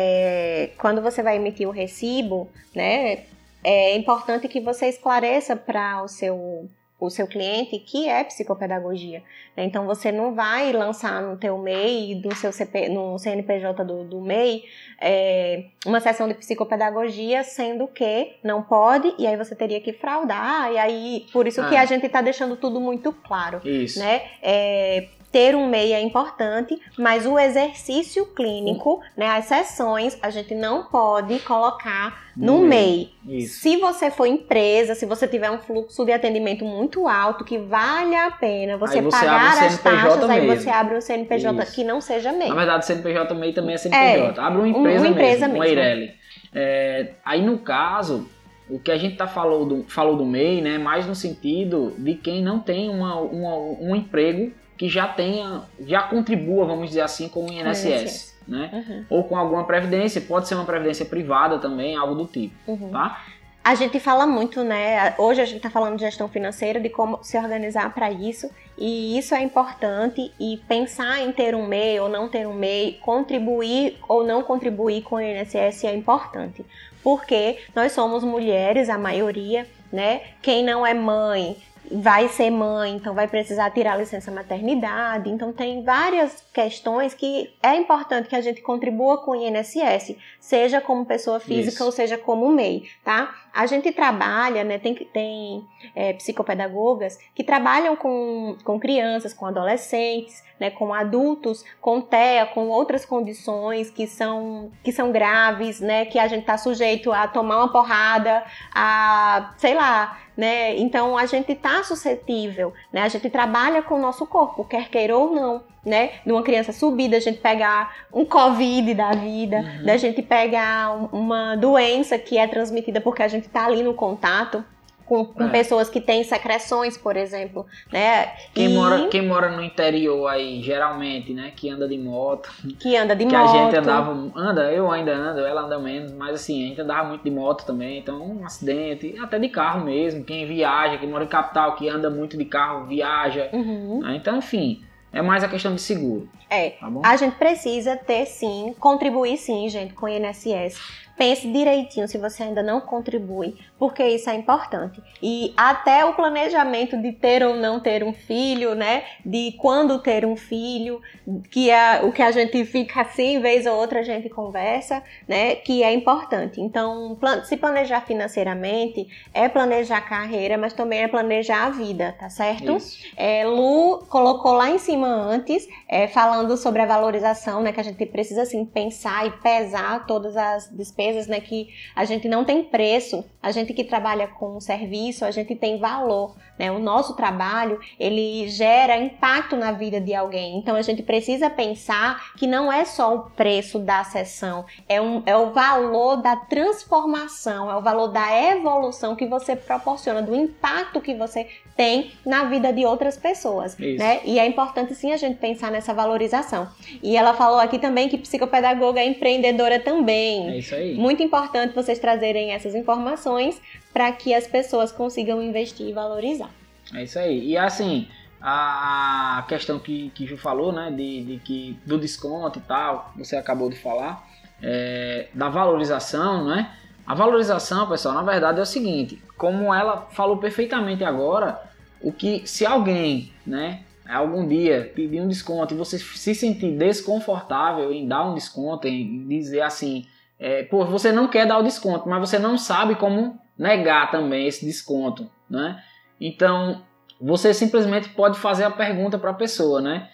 é, quando você vai emitir o recibo, né, é importante que você esclareça para o seu... o seu cliente que é psicopedagogia, né? Então você não vai lançar no teu M E I, no seu C P, no C N P J do, do M E I, é, uma sessão de psicopedagogia, sendo que não pode, e aí você teria que fraudar, e aí por isso ah. que a gente está deixando tudo muito claro, isso. Né? É, ter um M E I é importante, mas o exercício clínico, uhum. né, as sessões, a gente não pode colocar no uhum. M E I. Isso. Se você for empresa, se você tiver um fluxo de atendimento muito alto, que vale a pena você, você pagar as taxas, mesmo. Aí você abre um C N P J Isso. que não seja M E I. Na verdade, o C N P J M E I também é C N P J. É, abre uma empresa, uma empresa mesmo, mesmo. Uma Eireli. É, aí, no caso... O que a gente tá falou do, falou do M E I, né, mais no sentido de quem não tem uma, uma, um emprego que já tenha, já contribua, vamos dizer assim, com o I N S S, né? Uhum. Ou com alguma previdência, pode ser uma previdência privada também, algo do tipo, uhum. tá? A gente fala muito, né? Hoje a gente está falando de gestão financeira, de como se organizar para isso, e isso é importante, e pensar em ter um M E I ou não ter um M E I, contribuir ou não contribuir com o I N S S é importante, porque nós somos mulheres, a maioria, né? Quem não é mãe vai ser mãe, então vai precisar tirar licença maternidade, então tem várias questões que é importante que a gente contribua com o I N S S, seja como pessoa física Isso. ou seja como M E I, tá? A gente trabalha, né, tem, tem é, psicopedagogas que trabalham com, com crianças, com adolescentes, né, com adultos, com T E A, com outras condições que são, que são graves, né, que a gente está sujeito a tomar uma porrada, a, sei lá, né, então a gente está suscetível, né, a gente trabalha com o nosso corpo, quer queira ou não, né, de uma criança subida, a gente pegar um Covid da vida, uhum. da gente pegar uma doença que é transmitida porque a gente está ali no contato com, com é. pessoas que têm secreções, por exemplo, né? Quem, e... mora, quem mora no interior aí, geralmente, né, que anda de moto. Que anda de que moto. Que a gente andava, anda, eu ainda ando, ela anda menos, mas assim, a gente andava muito de moto também, então um acidente, até de carro mesmo, quem viaja, quem mora em capital, que anda muito de carro, viaja, uhum. né? Então, enfim... É mais a questão de seguro. É, tá bom? A gente precisa ter sim, contribuir sim, gente, com o I N S S. pense direitinho se você ainda não contribui, porque isso é importante. E até o planejamento de ter ou não ter um filho, né? De quando ter um filho, que é o que a gente fica assim, vez ou outra a gente conversa, né? Que é importante. Então, se planejar financeiramente é planejar a carreira, mas também é planejar a vida, tá certo? É, Lu colocou lá em cima antes, é, falando sobre a valorização, né? Que a gente precisa, assim, pensar e pesar todas as despesas, né, que a gente não tem preço, a gente que trabalha com serviço, a gente tem valor, né? O nosso trabalho, ele gera impacto na vida de alguém, então a gente precisa pensar que não é só o preço da sessão, é, um, é o valor da transformação, é o valor da evolução que você proporciona, do impacto que você tem na vida de outras pessoas, né? E é importante sim a gente pensar nessa valorização. E ela falou aqui também que psicopedagoga é empreendedora também. É isso aí. Muito importante vocês trazerem essas informações para que as pessoas consigam investir e valorizar. É isso aí. E assim, a questão que, que Ju falou, né, de, de que, do desconto e tal, você acabou de falar, é, da valorização, né? A valorização, pessoal, na verdade é o seguinte, como ela falou perfeitamente agora, o que se alguém, né, algum dia pedir um desconto e você se sentir desconfortável em dar um desconto, em dizer assim, é, pô, você não quer dar o desconto, mas você não sabe como negar também esse desconto, né? Então, você simplesmente pode fazer a pergunta para a pessoa, né?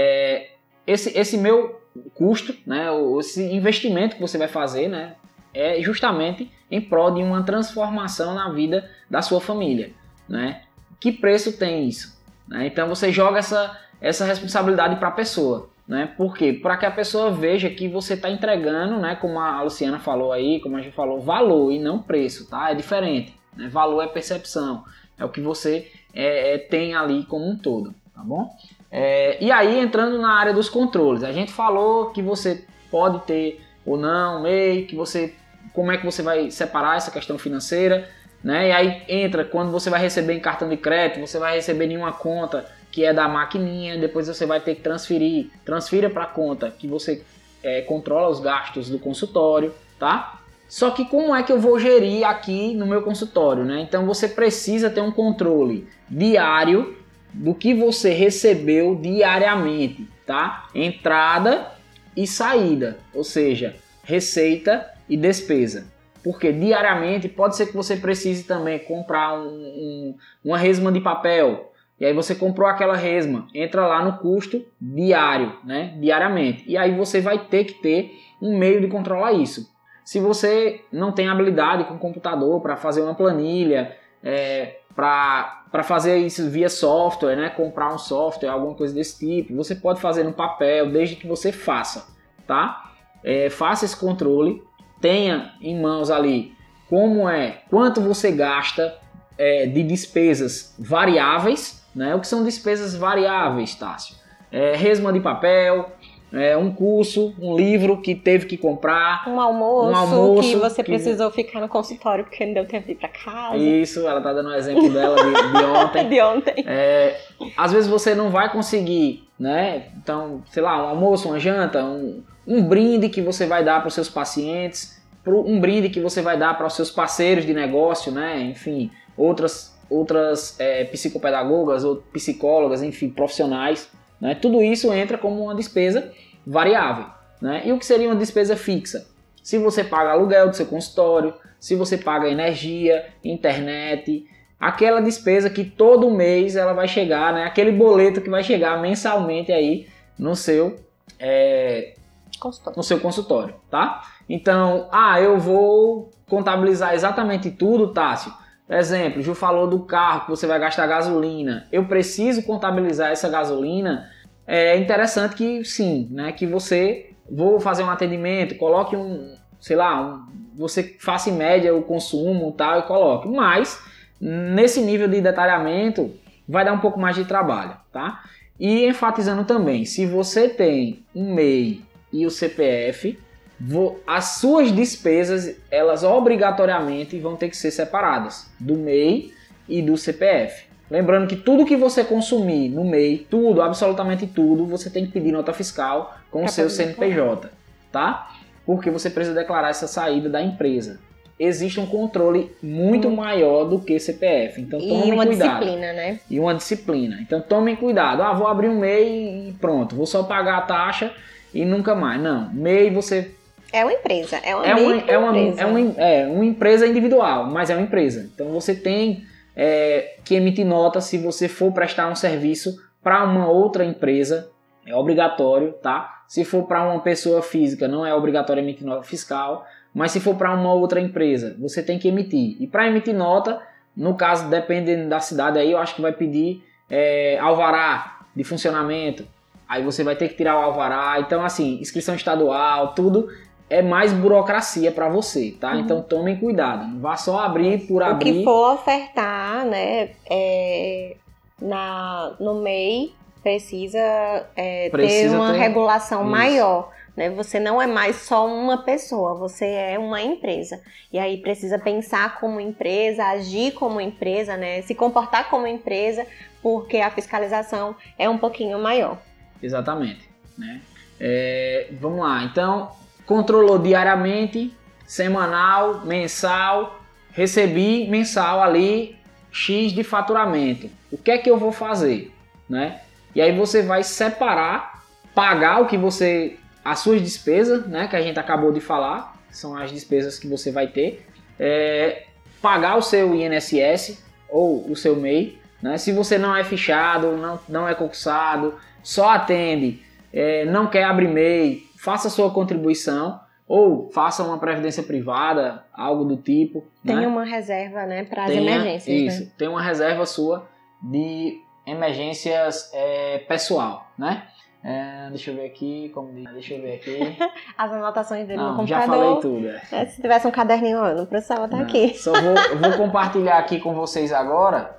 É, esse, esse meu custo, né, esse investimento que você vai fazer, né, é justamente em prol de uma transformação na vida da sua família, né? Que preço tem isso? Né? Então você joga essa, essa responsabilidade para a pessoa, né? Por quê? Para que a pessoa veja que você está entregando, né, como a Luciana falou aí, como a gente falou, valor e não preço, tá? É diferente, né? Valor é percepção, é o que você é, é, tem ali como um todo, tá bom? É, e aí entrando na área dos controles, a gente falou que você pode ter ou não, meio, que você, como é que você vai separar essa questão financeira, né? E aí entra quando você vai receber em cartão de crédito, você vai receber em uma conta que é da maquininha, depois você vai ter que transferir, transfira para a conta que você é, controla os gastos do consultório, tá? Só que como é que eu vou gerir aqui no meu consultório, né? Então você precisa ter um controle diário do que você recebeu diariamente, tá? Entrada e saída, ou seja, receita e despesa. Porque diariamente pode ser que você precise também comprar um, um, uma resma de papel. E aí você comprou aquela resma, entra lá no custo diário, né? Diariamente. E aí você vai ter que ter um meio de controlar isso. Se você não tem habilidade com computador para fazer uma planilha, é, para fazer isso via software, né? Comprar um software, alguma coisa desse tipo, você pode fazer no papel, desde que você faça, tá? É, faça esse controle, tenha em mãos ali como é, quanto você gasta é, de despesas variáveis, né? O que são despesas variáveis, Tássio? É, resma de papel, é, um curso, um livro que teve que comprar, um almoço, um almoço que você que... precisou ficar no consultório porque não deu tempo de ir para casa. Isso, ela tá dando um exemplo dela de, de ontem. de ontem. É, às vezes você não vai conseguir, né? Então, sei lá, um almoço, uma janta, um, um brinde que você vai dar para os seus pacientes, um brinde que você vai dar para os seus parceiros de negócio, né? Enfim, outras, outras é, psicopedagogas ou psicólogas, enfim, profissionais. Né? Tudo isso entra como uma despesa variável. Né? E o que seria uma despesa fixa? Se você paga aluguel do seu consultório, se você paga energia, internet, aquela despesa que todo mês ela vai chegar, né? Aquele boleto que vai chegar mensalmente aí no seu, é, no seu consultório. Tá? Então, ah, eu vou contabilizar exatamente tudo, Tássio. Exemplo, Ju falou do carro que você vai gastar gasolina. Eu preciso contabilizar essa gasolina. É interessante que sim, né? Que você vou fazer um atendimento, coloque um, sei lá, um, você faça em média o consumo tal e coloque. Mas nesse nível de detalhamento vai dar um pouco mais de trabalho, tá? E enfatizando também, se você tem um M E I e o C P F, as suas despesas, elas obrigatoriamente vão ter que ser separadas do M E I e do C P F. Lembrando que tudo que você consumir no M E I, tudo, absolutamente tudo, você tem que pedir nota fiscal com o seu C N P J, tá? porque você precisa declarar essa saída da empresa. Existe um controle muito hum. maior do que C P F, então tomem cuidado. E uma cuidado. disciplina, né? E uma disciplina. Então tomem cuidado. Ah, vou abrir um M E I e pronto, vou só pagar a taxa e nunca mais. Não, M E I você... É uma empresa, é uma, é uma, é uma empresa. É uma, é uma empresa individual, mas é uma empresa. Então você tem é, que emitir nota se você for prestar um serviço para uma outra empresa, é obrigatório, tá? Se for para uma pessoa física, não é obrigatório emitir nota fiscal, mas se for para uma outra empresa, você tem que emitir. E para emitir nota, no caso, dependendo da cidade, aí eu acho que vai pedir é, alvará de funcionamento. Aí você vai ter que tirar o alvará. Então, assim, inscrição estadual, tudo é mais burocracia para você, tá? Uhum. Então, tomem cuidado. Não vá só abrir por abrir. O que for ofertar, né, é, na, no M E I, precisa, é, precisa ter uma ter... regulação Isso. maior. Né? Você não é mais só uma pessoa, você é uma empresa. E aí precisa pensar como empresa, agir como empresa, né? Se comportar como empresa, porque a fiscalização é um pouquinho maior. Exatamente. Né? É, vamos lá, então, controlou diariamente, semanal, mensal, recebi mensal ali, X de faturamento. O que é que eu vou fazer? Né? E aí você vai separar, pagar o que você... as suas despesas, né, que a gente acabou de falar, são as despesas que você vai ter, é, pagar o seu I N S S ou o seu M E I, né, se você não é fichado, não, não é concursado, só atende, é, não quer abrir M E I, faça a sua contribuição ou faça uma previdência privada, algo do tipo. Tem né? uma reserva, né, para as emergências. Isso, né? tem uma reserva sua de emergências é, pessoal, né? É, deixa eu ver aqui, como diz, deixa eu ver aqui. As anotações dele não, no computador. Já falei tudo. É. É, se tivesse um caderninho, eu não precisava estar não, aqui. Só vou, vou compartilhar aqui com vocês agora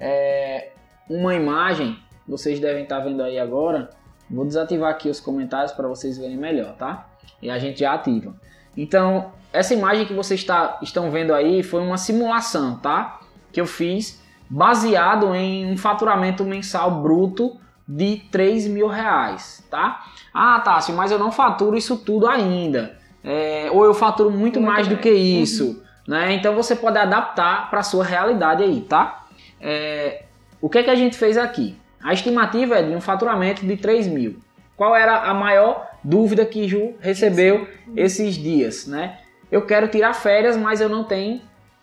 é, uma imagem. Vocês devem estar vendo aí agora. Vou desativar aqui os comentários para vocês verem melhor, tá? E a gente já ativa. Então, essa imagem que vocês está, estão vendo aí foi uma simulação, tá? Que eu fiz baseado em um faturamento mensal bruto de três mil reais, tá? Ah, Tássio, mas eu não faturo isso tudo ainda. É, ou eu faturo muito, muito mais bem. do que isso. Uhum. Né? Então você pode adaptar para a sua realidade aí, tá? É, o que é que a gente fez aqui? A estimativa é de um faturamento de três mil. Qual era a maior dúvida que Ju recebeu uhum. esses dias, né? Eu quero tirar férias, mas eu não tenho...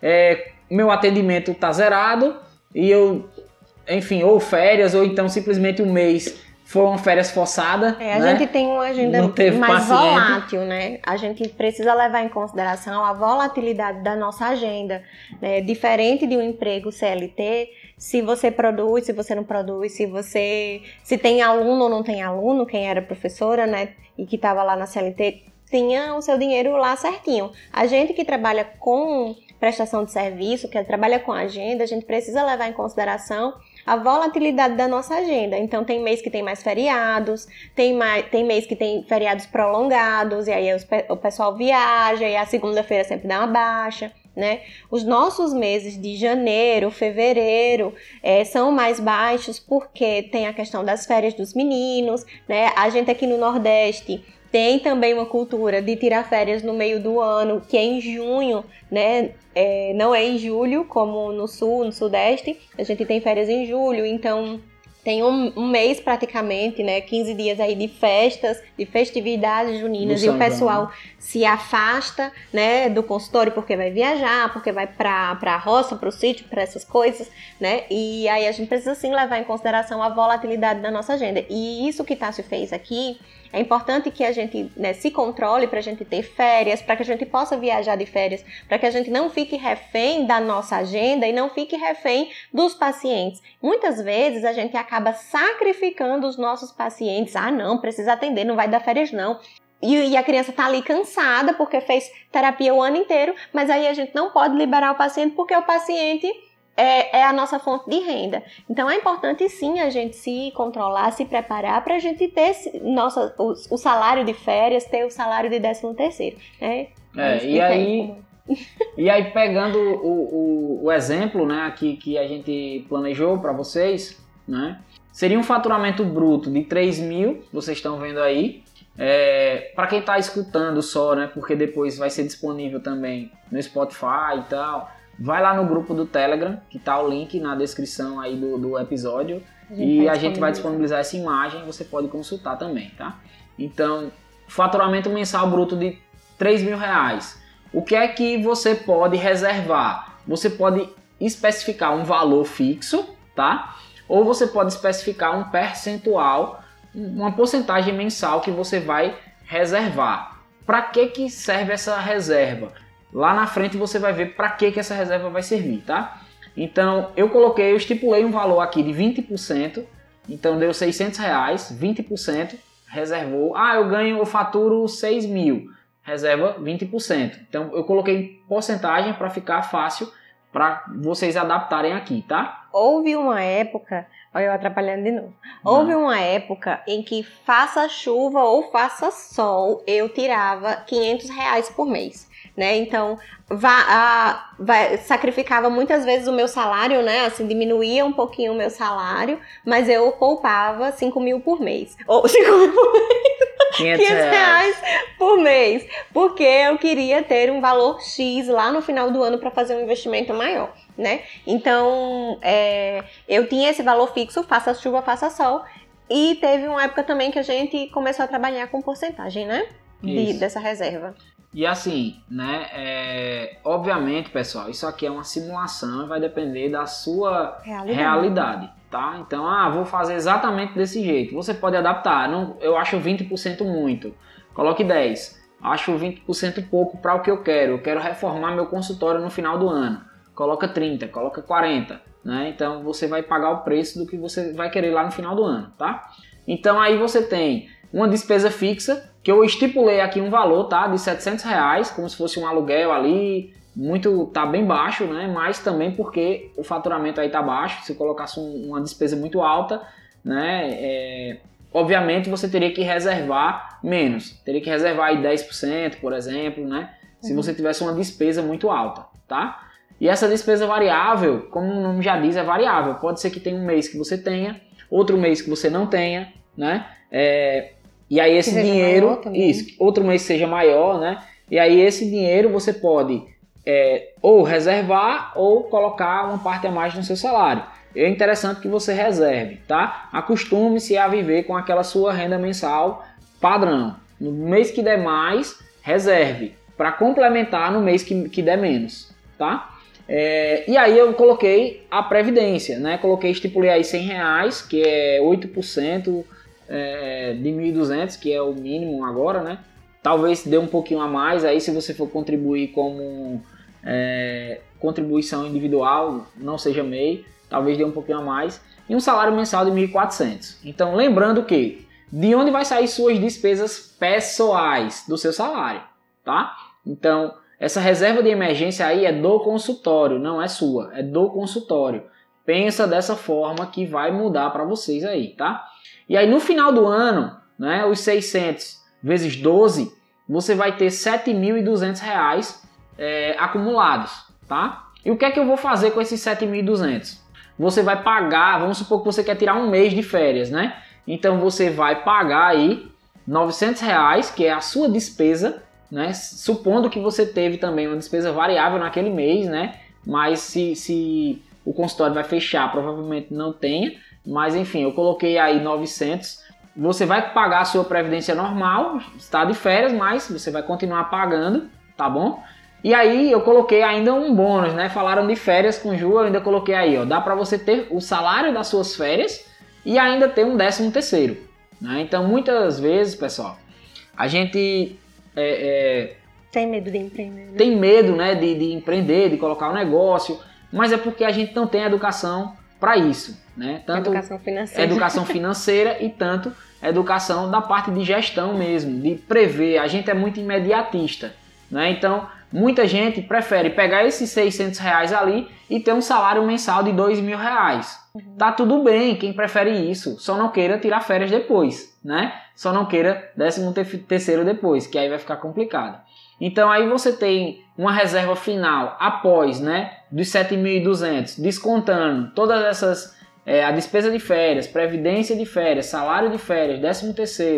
É, meu atendimento está zerado e eu... Enfim, ou férias, ou então simplesmente um mês foi uma férias forçada. É, a né? gente tem uma agenda mais paciente. volátil, né? A gente precisa levar em consideração a volatilidade da nossa agenda. Né? Diferente de um emprego C L T, se você produz, se você não produz, se você se tem aluno ou não tem aluno, quem era professora, né? E que estava lá na C L T, tinha o seu dinheiro lá certinho. A gente que trabalha com prestação de serviço, que trabalha com agenda, a gente precisa levar em consideração a volatilidade da nossa agenda. Então tem mês que tem mais feriados, tem, mais, tem mês que tem feriados prolongados, e aí os, o pessoal viaja, e a segunda-feira sempre dá uma baixa, né? Os nossos meses de janeiro, fevereiro é, são mais baixos porque tem a questão das férias dos meninos, né? A gente aqui no Nordeste tem também uma cultura de tirar férias no meio do ano, que é em junho, né? É, não é em julho, como no Sul, no Sudeste. A gente tem férias em julho, então tem um, um mês praticamente, né? quinze dias aí de festas, de festividades juninas. E o pessoal se afasta, né, do consultório porque vai viajar, porque vai para a roça, para o sítio, para essas coisas, né? E aí a gente precisa sim levar em consideração a volatilidade da nossa agenda. E isso que Tássio fez aqui, é importante que a gente, né, se controle para a gente ter férias, para que a gente possa viajar de férias, para que a gente não fique refém da nossa agenda e não fique refém dos pacientes. Muitas vezes a gente acaba sacrificando os nossos pacientes. Ah, não, precisa atender, não vai dar férias não. E, e a criança está ali cansada porque fez terapia o ano inteiro, mas aí a gente não pode liberar o paciente porque o paciente É, é a nossa fonte de renda. Então é importante sim a gente se controlar, se preparar para a gente ter nossa, o, o salário de férias, ter o salário de décimo terceiro. Né? É, e aí, e aí pegando o, o, o exemplo, né, aqui que a gente planejou para vocês, né, seria um faturamento bruto de três mil, vocês estão vendo aí, É, para quem está escutando só, né, porque depois vai ser disponível também no Spotify e tal, vai lá no grupo do Telegram, que tá o link na descrição aí do, do episódio, a e a gente vai disponibilizar essa imagem, você pode consultar também, tá? Então, faturamento mensal bruto de três mil reais. O que é que você pode reservar? Você pode especificar um valor fixo, tá? Ou você pode especificar um percentual, uma porcentagem mensal que você vai reservar. Para que que serve essa reserva? Lá na frente você vai ver para que que essa reserva vai servir, tá? Então eu coloquei, eu estipulei um valor aqui de vinte por cento, então deu seiscentos reais, vinte por cento, reservou. Ah, eu ganho, eu faturo seis mil, reserva vinte por cento. Então eu coloquei porcentagem para ficar fácil para vocês adaptarem aqui, tá? Houve uma época, olha eu atrapalhando de novo, Não. houve uma época em que faça chuva ou faça sol, eu tirava quinhentos reais por mês. Né? Então, va, a, va, sacrificava muitas vezes o meu salário, né? Assim, diminuía um pouquinho o meu salário, mas eu poupava cinco mil por mês. Ou cinco mil por mês. quinhentos reais por mês. Porque eu queria ter um valor X lá no final do ano para fazer um investimento maior, né? Então, é, eu tinha esse valor fixo, faça chuva, faça sol. E teve uma época também que a gente começou a trabalhar com porcentagem, né? De, dessa reserva. E assim, né, é, obviamente, pessoal, isso aqui é uma simulação e vai depender da sua realidade. realidade, tá? Então, ah, vou fazer exatamente desse jeito. Você pode adaptar. Não, eu acho vinte por cento muito. Coloque dez. Acho vinte por cento pouco para o que eu quero. Eu quero reformar meu consultório no final do ano. Coloca trinta, coloca quarenta, né? Então, você vai pagar o preço do que você vai querer lá no final do ano, tá? Então, aí você tem uma despesa fixa, que eu estipulei aqui um valor, tá, de setecentos reais, como se fosse um aluguel ali, muito, tá bem baixo, né, mas também porque o faturamento aí tá baixo. Se colocasse um, uma despesa muito alta, né, é, obviamente você teria que reservar menos, teria que reservar aí dez por cento, por exemplo, né, se uhum. você tivesse uma despesa muito alta, tá? E essa despesa variável, como o nome já diz, é variável. Pode ser que tenha um mês que você tenha, outro mês que você não tenha, né, é... E aí esse dinheiro, isso, outro mês seja maior, né? E aí esse dinheiro você pode é, ou reservar ou colocar uma parte a mais no seu salário. É interessante que você reserve, tá? Acostume-se a viver com aquela sua renda mensal padrão. No mês que der mais, reserve para complementar no mês que, que der menos, tá? É, e aí eu coloquei a previdência, né? Coloquei, estipulei aí cem reais, que é oito por cento É, de mil e duzentos, que é o mínimo agora, né? Talvez dê um pouquinho a mais aí se você for contribuir como é, contribuição individual, não seja M E I, talvez dê um pouquinho a mais. E um salário mensal de mil e quatrocentos. Então, lembrando que de onde vai sair suas despesas pessoais do seu salário, tá? Então, essa reserva de emergência aí é do consultório, não é sua, é do consultório. Pensa dessa forma que vai mudar para vocês aí, tá? E aí no final do ano, né, os seiscentos vezes doze, você vai ter sete mil e duzentos reais é, acumulados, tá? E o que é que eu vou fazer com esses sete mil e duzentos? Você vai pagar, vamos supor que você quer tirar um mês de férias, né? Então você vai pagar aí novecentos reais, que é a sua despesa, né? Supondo que você teve também uma despesa variável naquele mês, né? Mas se, se o consultório vai fechar, provavelmente não tenha. Mas enfim, eu coloquei aí novecentos. Você vai pagar a sua previdência normal, está de férias, mas você vai continuar pagando, tá bom? E aí eu coloquei ainda um bônus, né? Falaram de férias com Ju, eu ainda coloquei aí, ó. Dá para você ter o salário das suas férias e ainda ter um décimo terceiro, né? Então muitas vezes, pessoal, a gente é, é, tem medo de empreender, né? Tem medo, né, de, de empreender, de colocar um negócio, mas é porque a gente não tem educação para isso, né? Tanto educação financeira. educação financeira e tanto educação da parte de gestão mesmo, de prever. A gente é muito imediatista, né? Então, muita gente prefere pegar esses seiscentos reais ali e ter um salário mensal de dois mil reais. Uhum. Tá tudo bem, quem prefere isso, só não queira tirar férias depois, né? Só não queira décimo terceiro depois, que aí vai ficar complicado. Então aí você tem uma reserva final após, né, dos sete mil e duzentos, descontando todas essas, é, a despesa de férias, previdência de férias, salário de férias, décimo terceiro,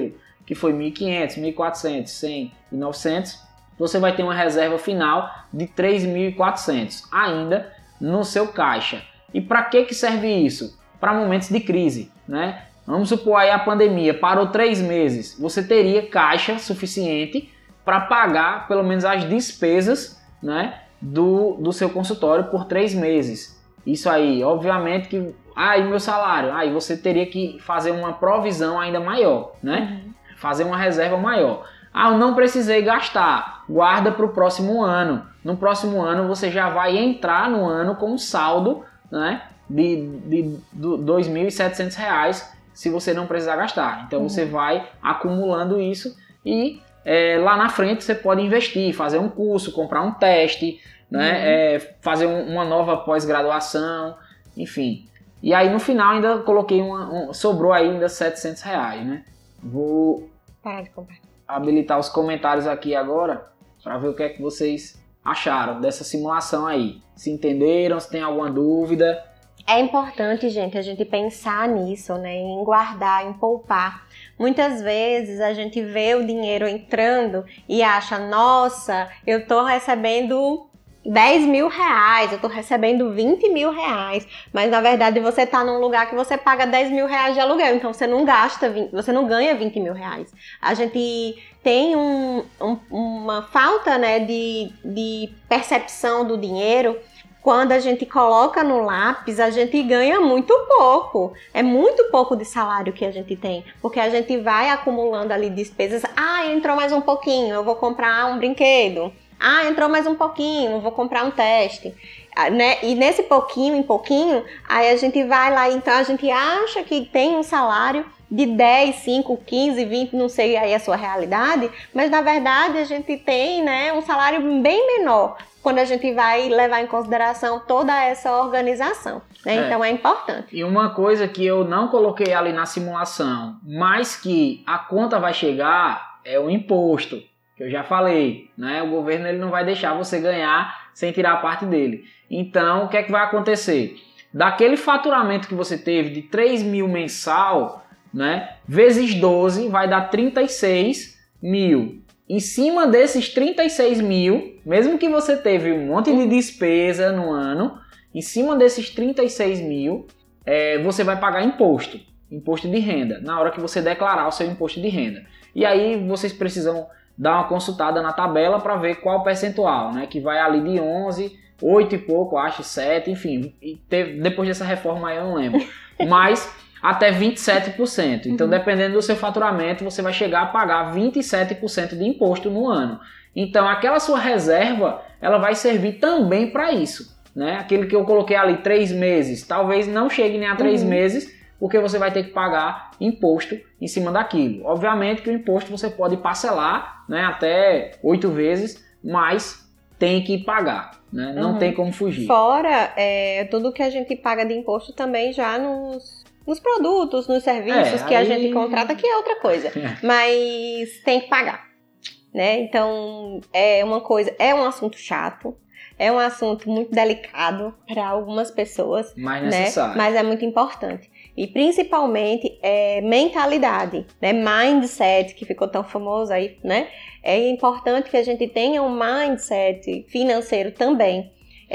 que foi mil e quinhentos, mil e quatrocentos, cem e novecentos, você vai ter uma reserva final de três mil e quatrocentos ainda no seu caixa. E para que que serve isso? Para momentos de crise, né? Vamos supor aí a pandemia parou três meses, você teria caixa suficiente para pagar pelo menos as despesas, né, do, do seu consultório por três meses. Isso aí, obviamente que... Ah, e meu salário? Aí você teria que fazer uma provisão ainda maior, né? Uhum. Fazer uma reserva maior. Ah, eu não precisei gastar. Guarda para o próximo ano. No próximo ano você já vai entrar no ano com um saldo, né, de, de, de dois mil e setecentos reais se você não precisar gastar. Então uhum. você vai acumulando isso e é, lá na frente você pode investir, fazer um curso, comprar um teste, né, uhum. é, fazer um, uma nova pós-graduação, enfim. E aí no final ainda coloquei uma, um, sobrou ainda setecentos reais, né? Vou Para de comprar. habilitar os comentários aqui agora para ver o que é que vocês acharam dessa simulação aí. Se entenderam, se tem alguma dúvida. É importante, gente, a gente pensar nisso, né? Em guardar, em poupar. Muitas vezes a gente vê o dinheiro entrando e acha, nossa, eu tô recebendo dez mil reais, eu tô recebendo vinte mil reais, mas na verdade você tá num lugar que você paga dez mil reais de aluguel, então você não gasta, vinte, você não ganha vinte mil reais. A gente tem um, um, uma falta, né, de, de percepção do dinheiro. Quando a gente coloca no lápis, a gente ganha muito pouco. É muito pouco de salário que a gente tem. Porque a gente vai acumulando ali despesas. Ah, entrou mais um pouquinho, eu vou comprar um brinquedo. Ah, entrou mais um pouquinho, eu vou comprar um teste. Né? E nesse pouquinho em pouquinho, aí a gente vai lá, então a gente acha que tem um salário de dez, cinco, quinze, vinte, não sei aí a sua realidade, mas na verdade a gente tem, né, um salário bem menor quando a gente vai levar em consideração toda essa organização, né? É. Então é importante. E uma coisa que eu não coloquei ali na simulação, mas que a conta vai chegar, é o imposto, que eu já falei, né? O governo ele não vai deixar você ganhar sem tirar a parte dele. Então, o que é que vai acontecer? Daquele faturamento que você teve de três mil mensal, né, vezes doze vai dar trinta e seis mil. Em cima desses trinta e seis mil, mesmo que você teve um monte de despesa no ano, em cima desses trinta e seis mil, é, você vai pagar imposto, imposto de renda, na hora que você declarar o seu imposto de renda. E aí vocês precisam dar uma consultada na tabela para ver qual o percentual, né, que vai ali de onze, oito e pouco, acho, sete, enfim, e teve, depois dessa reforma aí eu não lembro, mas até vinte e sete por cento. Então, uhum. dependendo do seu faturamento, você vai chegar a pagar vinte e sete por cento de imposto no ano. Então, aquela sua reserva, ela vai servir também para isso, né? Aquele que eu coloquei ali, três meses, talvez não chegue nem a três uhum. meses, porque você vai ter que pagar imposto em cima daquilo. Obviamente que o imposto você pode parcelar, né, até oito vezes, mas tem que pagar, né? Não uhum. tem como fugir. Fora é, tudo que a gente paga de imposto também já nos... nos produtos, nos serviços é, que aí... a gente contrata, que é outra coisa. É. Mas tem que pagar, né? Então, é uma coisa, é um assunto chato, é um assunto muito delicado para algumas pessoas, mas né? necessário. Mas é muito importante. E principalmente é mentalidade, né? Mindset, que ficou tão famoso aí, né? É importante que a gente tenha um mindset financeiro também.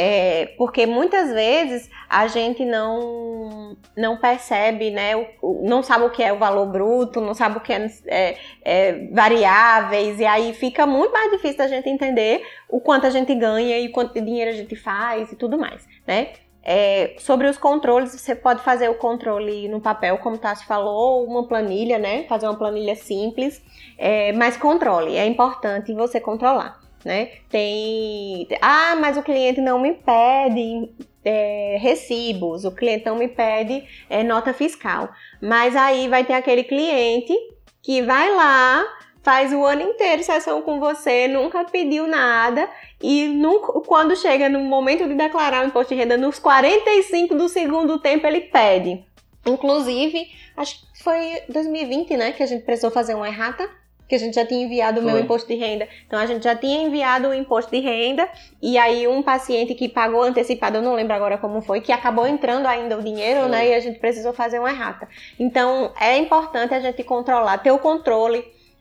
É, porque muitas vezes a gente não, não percebe, né, o, o, não sabe o que é o valor bruto, não sabe o que é, é, é variáveis, e aí fica muito mais difícil da gente entender o quanto a gente ganha e quanto de dinheiro a gente faz e tudo mais, né? É, sobre os controles, você pode fazer o controle no papel, como o Tassi falou, uma planilha, né? Fazer uma planilha simples, é, mas controle, é importante você controlar. Né? Tem, ah, mas o cliente não me pede é, recibos, o cliente não me pede é, nota fiscal, mas aí vai ter aquele cliente que vai lá, faz o ano inteiro sessão com você, nunca pediu nada e nunca, quando chega no momento de declarar o imposto de renda, nos quarenta e cinco do segundo tempo ele pede. Inclusive, acho que foi dois mil e vinte, né, que a gente precisou fazer uma errata, que a gente já tinha enviado o meu imposto de renda. Então, a gente já tinha enviado o imposto de renda, e aí um paciente que pagou antecipado, eu não lembro agora como foi, que acabou entrando ainda o dinheiro, foi. Né, e a gente precisou fazer uma errata. Então, é importante a gente controlar, ter o controle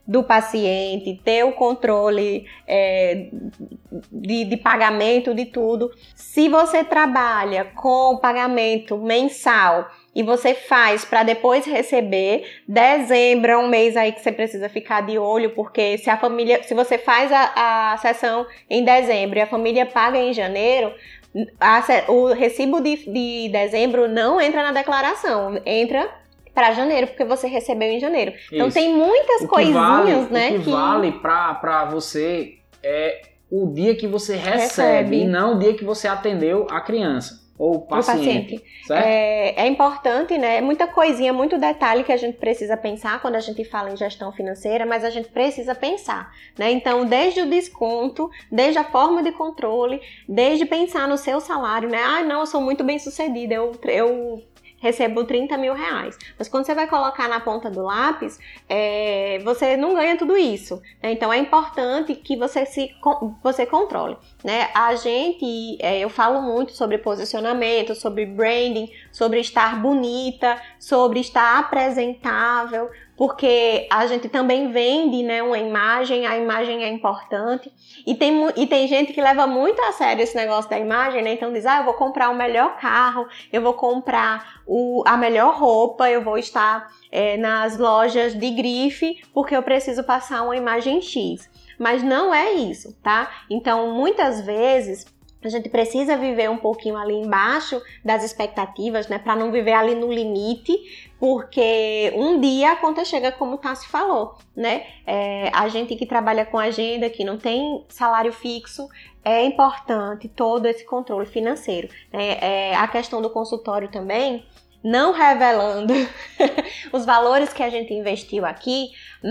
do paciente, ter o controle é, de, de pagamento de tudo. Se você trabalha com pagamento mensal e você faz para depois receber, dezembro é um mês aí que você precisa ficar de olho, porque se a família, se você faz a, a sessão em dezembro e a família paga em janeiro, a, o recibo de, de dezembro não entra na declaração, entra para janeiro, porque você recebeu em janeiro. Então Isso. tem muitas o coisinhas, vale, né? O que, que vale para você é o dia que você recebe, recebe. E não o dia que você atendeu a criança ou o paciente. O paciente. Certo? É, é importante, né? Muita coisinha, muito detalhe que a gente precisa pensar quando a gente fala em gestão financeira, mas a gente precisa pensar, né? Então, desde o desconto, desde a forma de controle, desde pensar no seu salário, né? Ah, não, eu sou muito bem sucedida, eu... eu recebo trinta mil reais. Mas quando você vai colocar na ponta do lápis, é, você não ganha tudo isso, né? Então é importante que você se você controle, né? A gente, é, eu falo muito sobre posicionamento, sobre branding, sobre estar bonita, sobre estar apresentável, porque a gente também vende, né, uma imagem, a imagem é importante, e tem, e tem gente que leva muito a sério esse negócio da imagem, né, então diz, ah, eu vou comprar o melhor carro, eu vou comprar o, a melhor roupa, eu vou estar é, nas lojas de grife, porque eu preciso passar uma imagem X, mas não é isso, tá? Então, muitas vezes, a gente precisa viver um pouquinho ali embaixo das expectativas, né, para não viver ali no limite, porque um dia a conta chega, como o Tassi falou, né? É, a gente que trabalha com agenda, que não tem salário fixo, é importante todo esse controle financeiro, né? É, a questão do consultório também, não revelando os valores que a gente investiu aqui,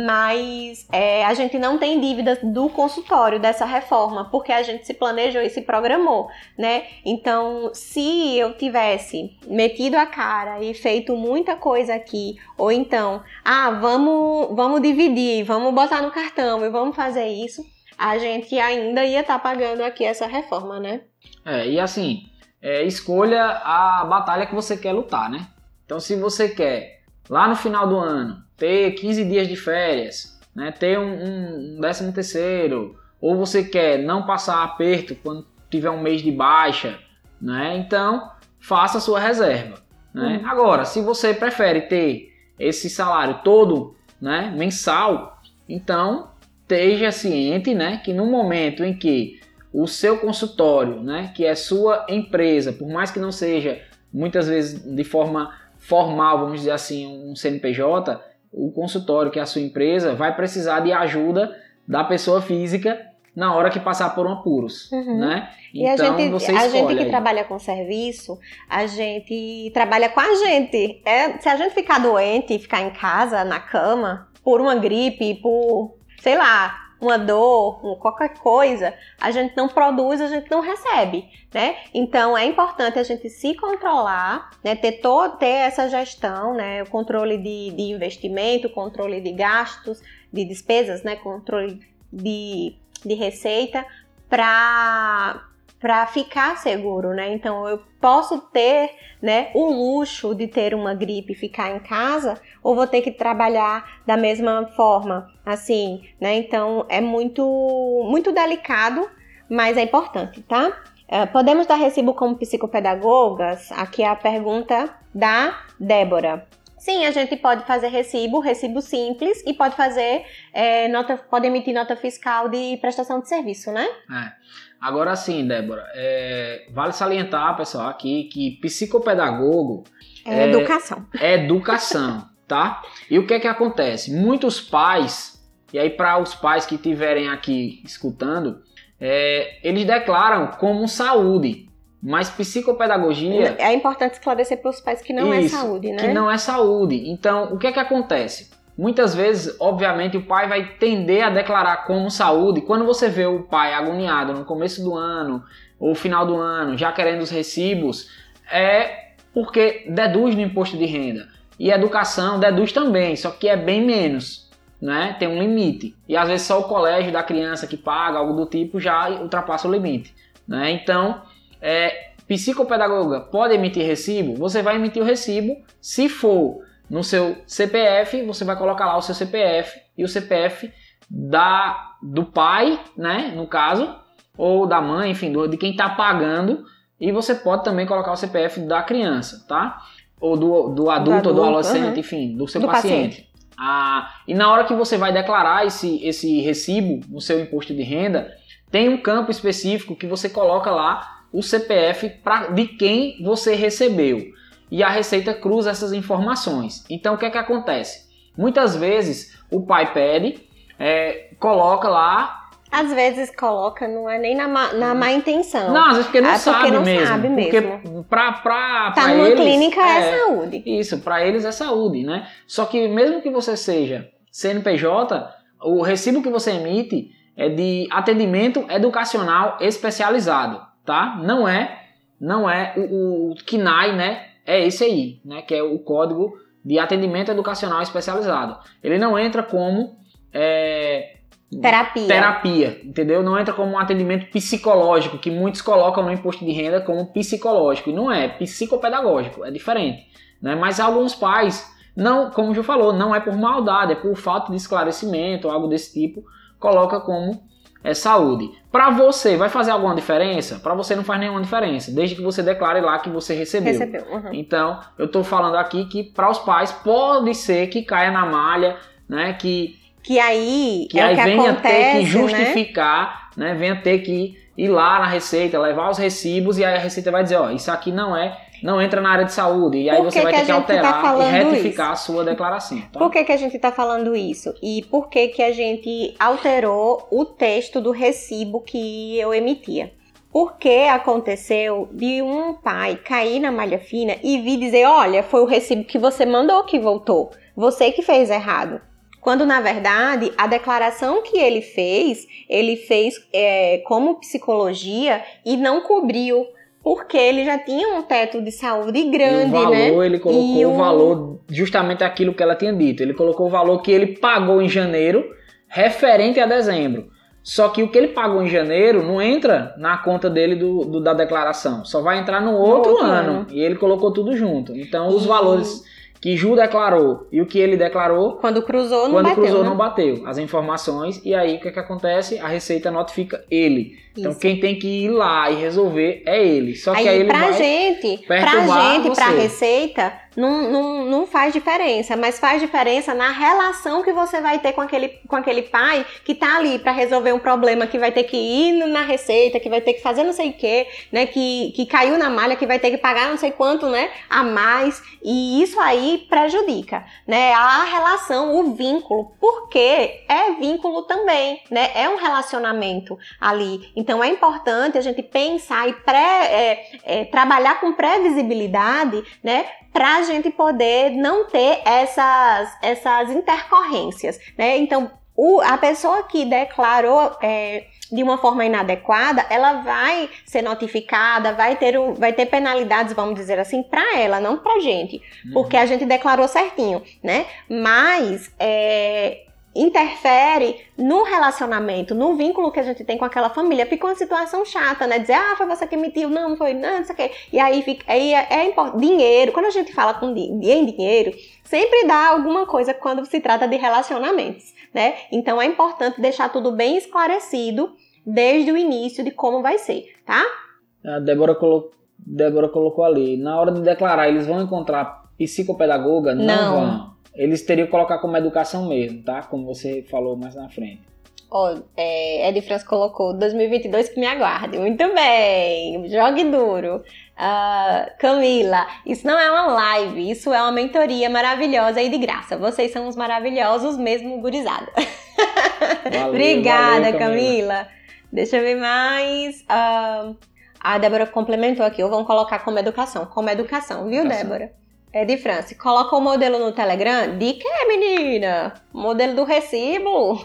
mas é, a gente não tem dívidas do consultório dessa reforma, porque a gente se planejou e se programou, né? Então, se eu tivesse metido a cara e feito muita coisa aqui, ou então, ah, vamos, vamos dividir, vamos botar no cartão e vamos fazer isso, a gente ainda ia estar pagando aqui essa reforma, né? É, e assim... É, escolha a batalha que você quer lutar, né? Então, se você quer, lá no final do ano, ter quinze dias de férias, né? Ter um, um décimo terceiro, ou você quer não passar aperto quando tiver um mês de baixa, né? Então, faça a sua reserva, né? Uhum. Agora, se você prefere ter esse salário todo, né, mensal, então, esteja ciente, né, que no momento em que o seu consultório, né, que é sua empresa, por mais que não seja muitas vezes de forma formal, vamos dizer assim, um C N P J, o consultório que é a sua empresa vai precisar de ajuda da pessoa física na hora que passar por um apuros, uhum. né? E então, a gente, você a gente que aí. trabalha com serviço, a gente trabalha com a gente. É, se a gente ficar doente, ficar em casa, na cama, por uma gripe, por, sei lá, uma dor, qualquer coisa, a gente não produz, a gente não recebe, né? Então, é importante a gente se controlar, né? Ter, todo, ter essa gestão, né? O controle de, de investimento, controle de gastos, de despesas, né? Controle de, de receita, para para ficar seguro, né? Então, eu posso ter, né, o luxo de ter uma gripe e ficar em casa, ou vou ter que trabalhar da mesma forma, assim, né? Então, é muito, muito delicado, mas é importante, tá? Uh, podemos dar recibo como psicopedagogas? Aqui é a pergunta da Débora. Sim, a gente pode fazer recibo, recibo simples, e pode fazer, é, nota, pode emitir nota fiscal de prestação de serviço, né? É. Agora sim, Débora, é, vale salientar, pessoal, aqui que psicopedagogo é, é educação. É educação, tá? E o que é que acontece? Muitos pais, e aí para os pais que estiverem aqui escutando, é, eles declaram como saúde, mas psicopedagogia... É importante esclarecer para os pais que não isso, é saúde, né? Que não é saúde. Então, o que é que acontece? Muitas vezes, obviamente, o pai vai tender a declarar como saúde. Quando você vê o pai agoniado no começo do ano ou final do ano, já querendo os recibos, é porque deduz no imposto de renda. E educação deduz também, só que é bem menos, né? Tem um limite. E às vezes só o colégio da criança que paga, algo do tipo, já ultrapassa o limite, né? Então, é, psicopedagoga pode emitir recibo? Você vai emitir o recibo se for no seu C P F, você vai colocar lá o seu C P F e o C P F da, do pai, né, no caso, ou da mãe, enfim, do, de quem está pagando, e você pode também colocar o C P F da criança, tá? Ou do, do adulto, do adulto ou do adolescente, uhum. enfim, do seu do paciente. paciente. Ah, e na hora que você vai declarar esse, esse recibo no seu imposto de renda, tem um campo específico que você coloca lá o C P F pra, de quem você recebeu. E a Receita cruza essas informações. Então o que é que acontece? Muitas vezes o pai pede, é, coloca lá... Às vezes coloca, não é nem na má, na má intenção. Não, às vezes porque não, é sabe, porque não mesmo. sabe mesmo. Porque pra, pra, tá pra numa eles, clínica é, é saúde. Isso, para eles é saúde, né? Só que mesmo que você seja C N P J, o recibo que você emite é de atendimento educacional especializado, tá? Não é, não é o, o C N A I, né? É esse aí, né? Que é o Código de Atendimento Educacional Especializado. Ele não entra como... É, Terapia. Terapia, entendeu? Não entra como um atendimento psicológico, que muitos colocam no imposto de renda como psicológico. E não é, psicopedagógico, é diferente. Né? Mas alguns pais, não, como o Ju falou, não é por maldade, é por falta de esclarecimento ou algo desse tipo, coloca como é, saúde. Para você, vai fazer alguma diferença? Para você não faz nenhuma diferença, desde que você declare lá que você recebeu. Recebeu. Uhum. Então, eu estou falando aqui que para os pais pode ser que caia na malha, né, que... Que aí, que é aí o que venha acontece, ter que justificar, né? né? Venha ter que ir lá na Receita, levar os recibos, e aí a Receita vai dizer, ó, isso aqui não é, não entra na área de saúde. E aí por você que vai que ter que alterar tá e retificar isso? a sua declaração. Tá? Por que que a gente está falando isso? E por que que a gente alterou o texto do recibo que eu emitia? Porque aconteceu de um pai cair na malha fina e vir dizer, olha, foi o recibo que você mandou que voltou. Você que fez errado. Quando, na verdade, a declaração que ele fez, ele fez é, como psicologia e não cobriu, porque ele já tinha um teto de saúde grande, e o valor, né? Ele colocou e o o valor, justamente aquilo que ela tinha dito. Ele colocou o valor que ele pagou em janeiro, referente a dezembro. Só que o que ele pagou em janeiro não entra na conta dele do, do, da declaração. Só vai entrar no outro, no outro ano. ano. E ele colocou tudo junto. Então, os e... valores... que Ju declarou e o que ele declarou, quando cruzou não quando bateu, cruzou né? não bateu as informações, e aí o que, que acontece? A Receita notifica ele. Então Isso. Quem tem que ir lá e resolver é ele. Só que aí, aí ele pra vai gente, pra gente, pra Receita, não, não, não faz diferença, mas faz diferença na relação que você vai ter com aquele, com aquele pai que tá ali pra resolver um problema, que vai ter que ir na Receita, que vai ter que fazer não sei o que, né? Que, que caiu na malha, que vai ter que pagar não sei quanto, né? A mais. E isso aí prejudica, né? A relação, o vínculo, porque é vínculo também, né? É um relacionamento ali. Então é importante a gente pensar e pré, é, é, trabalhar com previsibilidade, né? Para a gente poder não ter essas, essas intercorrências, né? Então, o, a pessoa que declarou é, de uma forma inadequada, ela vai ser notificada, vai ter, um, vai ter penalidades, vamos dizer assim, para ela, não para a gente, uhum. porque a gente declarou certinho, né? Mas é, interfere no relacionamento, no vínculo que a gente tem com aquela família. Fica uma situação chata, né? Dizer, ah, foi você que emitiu, não, não foi, não, não sei o quê. E aí, fica, aí é, é importante. Dinheiro, quando a gente fala com em dinheiro, sempre dá alguma coisa quando se trata de relacionamentos, né? Então é importante deixar tudo bem esclarecido desde o início de como vai ser, tá? A Débora, colo... Débora colocou ali, na hora de declarar, eles vão encontrar psicopedagoga? Não, não vão. Eles teriam que colocar como educação mesmo, tá? Como você falou mais na frente. Ó, oh, é, Ed Franz colocou dois mil e vinte e dois que me aguarde. Muito bem, jogue duro. Uh, Camila, isso não é uma live, isso é uma mentoria maravilhosa e de graça. Vocês são os maravilhosos mesmo, gurizada. Valeu, Obrigada, valeu, Camila. Camila. Deixa eu ver mais. Uh, a Débora complementou aqui, ou vamos colocar como educação. Como educação, viu, educação. Débora? É de França. Coloca o modelo no Telegram. De que, menina? Modelo do recibo.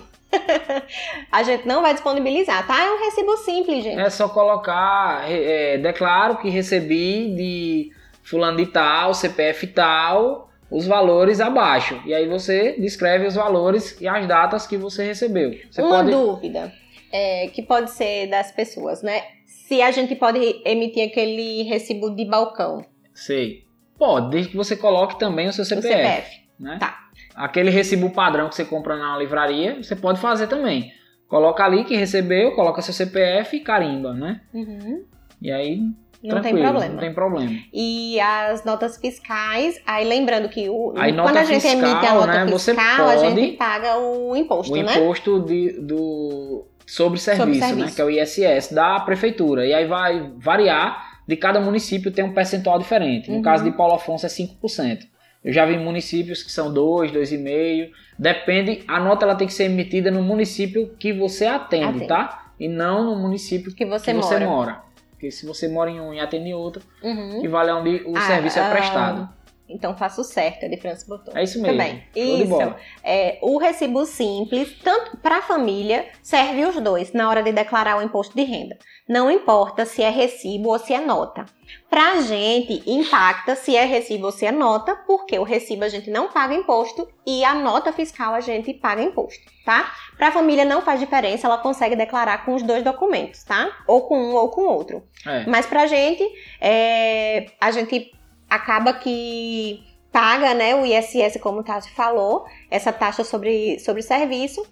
A gente não vai disponibilizar, tá? É um recibo simples, gente. É só colocar, é, declaro que recebi de fulano de tal, C P F tal, os valores abaixo. E aí você descreve os valores e as datas que você recebeu. Você Uma pode... dúvida é, que pode ser das pessoas, né? Se a gente pode emitir aquele recibo de balcão. Sei. Pode, desde que você coloque também o seu C P F. O C P F. Né? Tá. Aquele recibo padrão que você compra na livraria, você pode fazer também. Coloca ali que recebeu, coloca seu C P F e carimba, né? Uhum. E aí... Não tem problema. Não tem problema. E as notas fiscais, aí lembrando que o, aí, quando a gente fiscal, emite a nota né, fiscal, a gente paga o imposto, o né? O imposto de, do, sobre, serviço, sobre serviço, né? Que é o I S S da prefeitura. E aí vai variar, de cada município tem um percentual diferente. No uhum. caso de Paulo Afonso é cinco por cento. Eu já vi municípios que são dois, dois vírgula cinco por cento. Depende, a nota ela tem que ser emitida no município que você atende, atende. tá? E não no município que você, que você mora. mora. Porque se você mora em um e atende em outro, uhum. que vale onde o ah, serviço é prestado. Ah, então faço certo, a diferença botou. É isso mesmo. Também. Isso. É, o recibo simples, tanto para a família, serve os dois na hora de declarar o imposto de renda. Não importa se é recibo ou se é nota. Para a gente, impacta se é recibo ou se é nota, porque o recibo a gente não paga imposto e a nota fiscal a gente paga imposto, tá? Para a família não faz diferença, ela consegue declarar com os dois documentos, tá? Ou com um ou com outro. É. Mas para a gente, é, a gente acaba que paga, né, o I S S, como o Tati falou, essa taxa sobre, sobre serviço.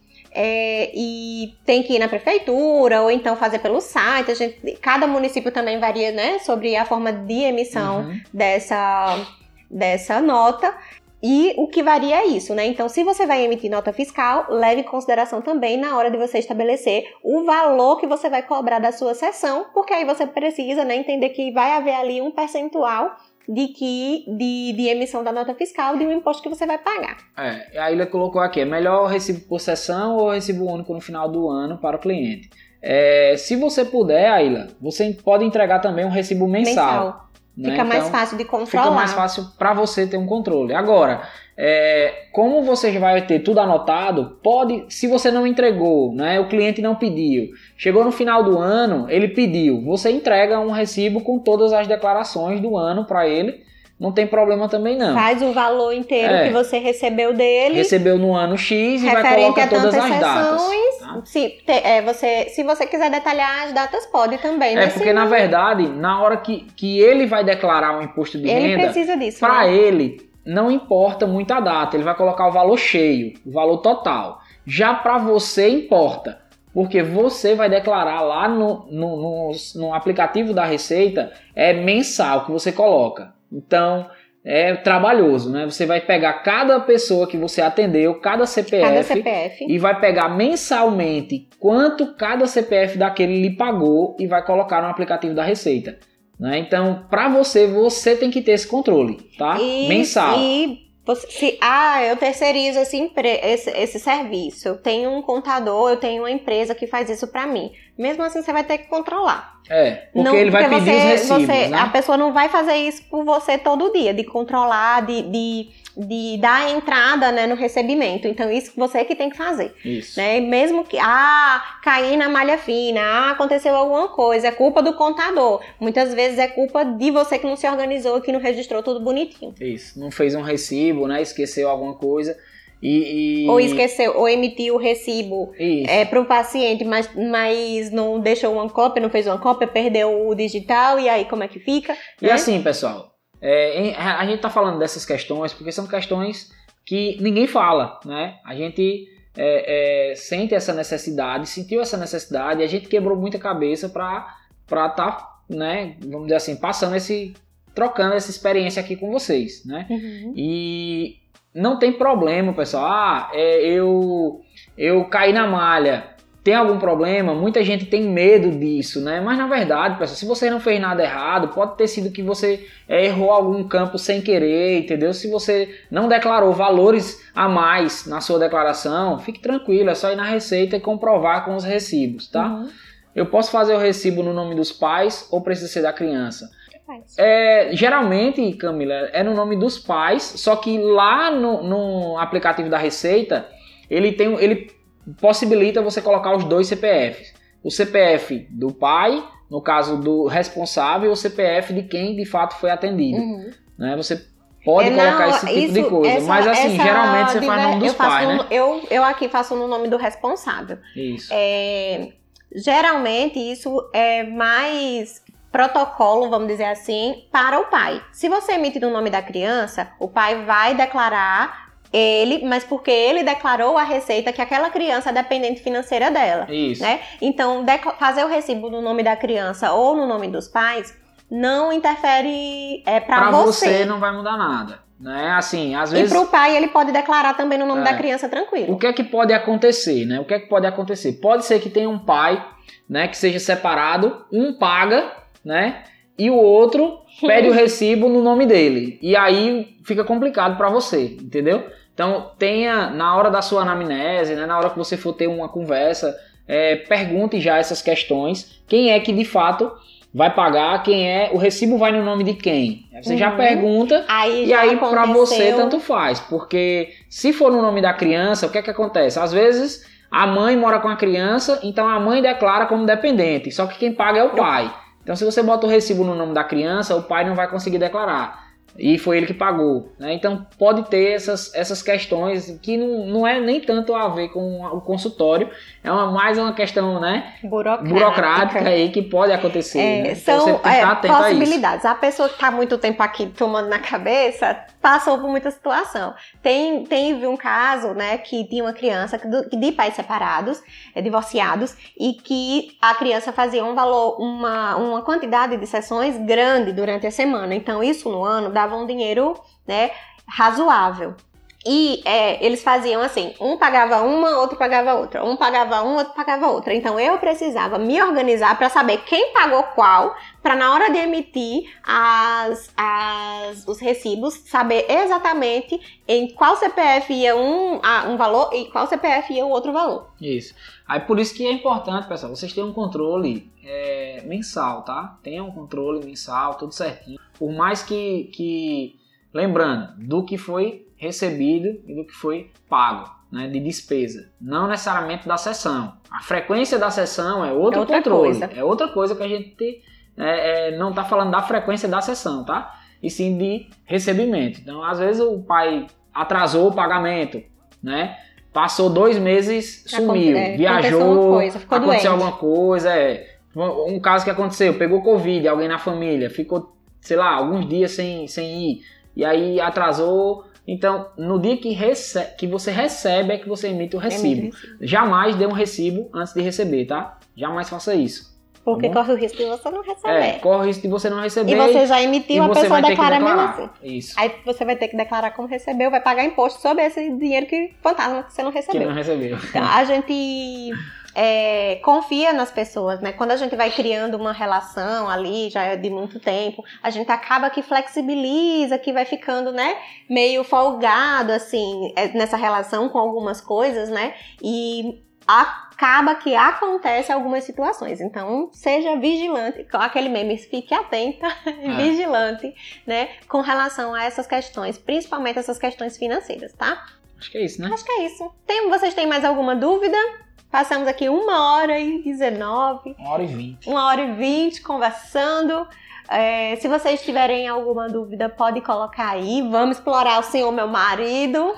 É, e tem que ir na prefeitura ou então fazer pelo site. A gente, cada município também varia, né, sobre a forma de emissão uhum. dessa, dessa nota. E o que varia é isso, né? Então, se você vai emitir nota fiscal, leve em consideração também na hora de você estabelecer o valor que você vai cobrar da sua seção, porque aí você precisa, né, entender que vai haver ali um percentual de que de, de emissão da nota fiscal de um imposto que você vai pagar. É, a Ilha colocou aqui, é melhor recibo por sessão ou recibo único no final do ano para o cliente. É, se você puder, Aila, você pode entregar também um recibo mensal. Mensal. Né? Fica mais então, fácil de controlar. Fica mais fácil para você ter um controle. Agora, é, como você já vai ter tudo anotado, pode, se você não entregou, né, o cliente não pediu, chegou no final do ano, ele pediu, você entrega um recibo com todas as declarações do ano para ele. Não tem problema também não. Faz o valor inteiro é. que você recebeu dele. Recebeu no ano X e vai colocar todas as datas. Tá? Se, te, é, você, se você quiser detalhar as datas, pode também. É, porque na verdade, na hora que, que ele vai declarar um imposto de ele renda, precisa disso, para né? ele não importa muito a data. Ele vai colocar o valor cheio, o valor total. Já para você importa. Porque você vai declarar lá no, no, no, no aplicativo da Receita, é mensal que você coloca. Então, é trabalhoso, né? Você vai pegar cada pessoa que você atendeu, cada C P F, cada C P F, e vai pegar mensalmente quanto cada C P F daquele lhe pagou e vai colocar no aplicativo da Receita. Né? Então, para você, você tem que ter esse controle, tá? E, mensal. E você, se, ah, eu terceirizo esse, empre, esse, esse serviço, eu tenho um contador, eu tenho uma empresa que faz isso para mim. Mesmo assim, você vai ter que controlar. É, porque não, ele vai porque pedir você, os recibos, você, né? A pessoa não vai fazer isso por você todo dia, de controlar, de, de, de dar a entrada, né, no recebimento. Então, isso você que tem que fazer. Isso. Né? Mesmo que, ah, caí na malha fina, ah, aconteceu alguma coisa, é culpa do contador. Muitas vezes é culpa de você que não se organizou, que não registrou tudo bonitinho. Isso, não fez um recibo, né, esqueceu alguma coisa. E, e... Ou esqueceu, ou emitiu o recibo é, para o paciente, mas, mas não deixou uma cópia, não fez uma cópia, perdeu o digital, e aí como é que fica? E né? assim, pessoal, é, a gente tá falando dessas questões porque são questões que ninguém fala, né? A gente é, é, sente essa necessidade, sentiu essa necessidade, e a gente quebrou muita cabeça para estar, tá, né, vamos dizer assim, passando esse, trocando essa experiência aqui com vocês, né? Uhum. E não tem problema, pessoal. Ah, é, eu, eu caí na malha. Tem algum problema? Muita gente tem medo disso, né? Mas na verdade, pessoal, se você não fez nada errado, pode ter sido que você é, errou algum campo sem querer, entendeu? Se você não declarou valores a mais na sua declaração, fique tranquilo, é só ir na Receita e comprovar com os recibos, tá? Uhum. Eu posso fazer o recibo no nome dos pais ou precisa ser da criança? É, geralmente, Camila, é no nome dos pais, só que lá no, no aplicativo da Receita, ele, tem, ele possibilita você colocar os dois C P Fs. O C P F do pai, no caso do responsável, e o C P F de quem de fato foi atendido. Uhum. Né? Você pode é, colocar não, esse tipo isso, de coisa, essa, mas assim, geralmente você faz no nome dos pais, no, né? Eu, eu aqui faço no nome do responsável. Isso. É, geralmente isso é mais... protocolo, vamos dizer assim, para o pai. Se você emite no nome da criança, o pai vai declarar ele, mas porque ele declarou a receita que aquela criança é dependente financeira dela. Isso. Né? Então, fazer o recibo no nome da criança ou no nome dos pais não interfere é, para você. Para você não vai mudar nada. Né? Assim, às vezes... E para o pai, ele pode declarar também no nome é, da criança tranquilo. O que é que pode acontecer? Né? O que é que pode acontecer? Pode ser que tenha um pai, né, que seja separado, um paga, né, e o outro pede o recibo no nome dele. E aí fica complicado para você, entendeu? Então, tenha, na hora da sua anamnese, né, na hora que você for ter uma conversa, é, pergunte já essas questões. Quem é que, de fato, vai pagar? Quem é? O recibo vai no nome de quem? Você uhum. já pergunta aí já e aí para você tanto faz. Porque se for no nome da criança, o que é que acontece? Às vezes, a mãe mora com a criança, então a mãe declara como dependente. Só que quem paga é o pai. Então, se você bota o recibo no nome da criança, o pai não vai conseguir declarar. E foi ele que pagou, né? Então pode ter essas, essas questões que não, não é nem tanto a ver com o consultório, é uma, mais uma questão, né, burocrática, burocrática aí que pode acontecer. É, né? São então, você tem que estar atento possibilidades. A, isso. A pessoa que está muito tempo aqui tomando na cabeça passou por muita situação. Tem, teve um caso, né, que tinha uma criança de pais separados, divorciados, e que a criança fazia um valor, uma, uma quantidade de sessões grande durante a semana. Então isso no ano dava um dinheiro, né, razoável. E é, eles faziam assim, um pagava uma, outro pagava outra, um pagava um, outro pagava outra. Então eu precisava me organizar para saber quem pagou qual, para na hora de emitir as, as, os recibos, saber exatamente em qual C P F ia um, um valor e qual C P F ia o outro valor. Isso. Aí por isso que é importante, pessoal, vocês terem um controle é, mensal, tá? Tenham um controle mensal, tudo certinho. Por mais que, que lembrando, do que foi recebido e do que foi pago, né, de despesa. Não necessariamente da sessão. A frequência da sessão é outro é outra controle. Coisa. É outra coisa que a gente é, é, não está falando da frequência da sessão, tá? E sim de recebimento. Então, às vezes o pai atrasou o pagamento, né? Passou dois meses, sumiu, é, viajou, coisa, aconteceu doente. alguma coisa. É, um caso que aconteceu, pegou Covid, alguém na família, ficou, sei lá, alguns dias sem, sem ir, e aí atrasou. Então, no dia que, recebe, que você recebe é que você emite o recibo. Emite recibo. Jamais dê um recibo antes de receber, tá? Jamais faça isso. Porque tá corre o risco de você não receber. É, corre o risco de você não receber. E você já emitiu, a pessoa declara mesmo assim. Isso. Aí você vai ter que declarar como recebeu, vai pagar imposto sobre esse dinheiro que fantasma que você não recebeu. Que não recebeu. Então, a gente é, confia nas pessoas, né? Quando a gente vai criando uma relação ali, já é de muito tempo, a gente acaba que flexibiliza, que vai ficando, né, meio folgado, assim, nessa relação com algumas coisas, né? E acaba que acontece algumas situações. Então, seja vigilante, com aquele meme, fique atenta, é. vigilante, né, com relação a essas questões, principalmente essas questões financeiras, tá? Acho que é isso, né? Acho que é isso. Tem, vocês têm mais alguma dúvida? Passamos aqui uma hora e dezenove. Uma hora e vinte. Uma hora e vinte conversando. É, se vocês tiverem alguma dúvida, pode colocar aí. Vamos explorar o senhor, meu marido.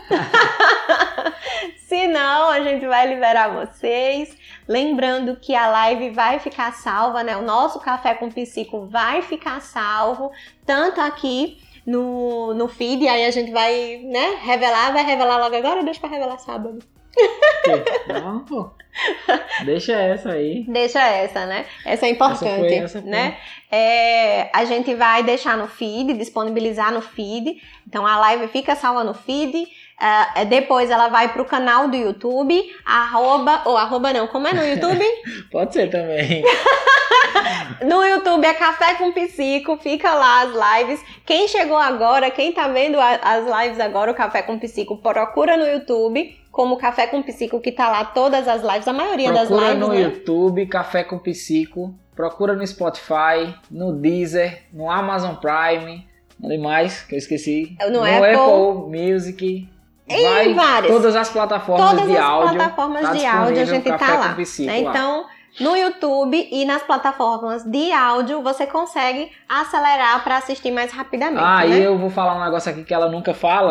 Se não, a gente vai liberar vocês. Lembrando que a live vai ficar salva, né? O nosso Café com Psico vai ficar salvo, tanto aqui no, no feed. Aí a gente vai, né, revelar. Vai revelar logo agora ou deixa pra revelar sábado? Não, pô. Deixa essa aí. Deixa essa, né? Essa é importante, essa foi, essa foi. né? É, a gente vai deixar no feed, disponibilizar no feed. Então a live fica salva no feed. Uh, depois ela vai pro canal do YouTube, arroba, ou arroba não, como é no YouTube? Pode ser também. No YouTube é Café com Psico, fica lá as lives. Quem chegou agora, quem tá vendo as lives agora, o Café com Psico, procura no YouTube como Café com Psico, que tá lá todas as lives, a maioria procura das lives, no né? YouTube, Café com Psico, procura no Spotify, no Deezer, no Amazon Prime, onde mais que eu esqueci? No, no Apple, Apple Music. Em várias. Todas as plataformas todas de as áudio. plataformas tá de áudio a gente Café tá lá. Psico, né? Então, no YouTube e nas plataformas de áudio, você consegue acelerar para assistir mais rapidamente. Ah, né? e eu vou falar um negócio aqui que ela nunca fala.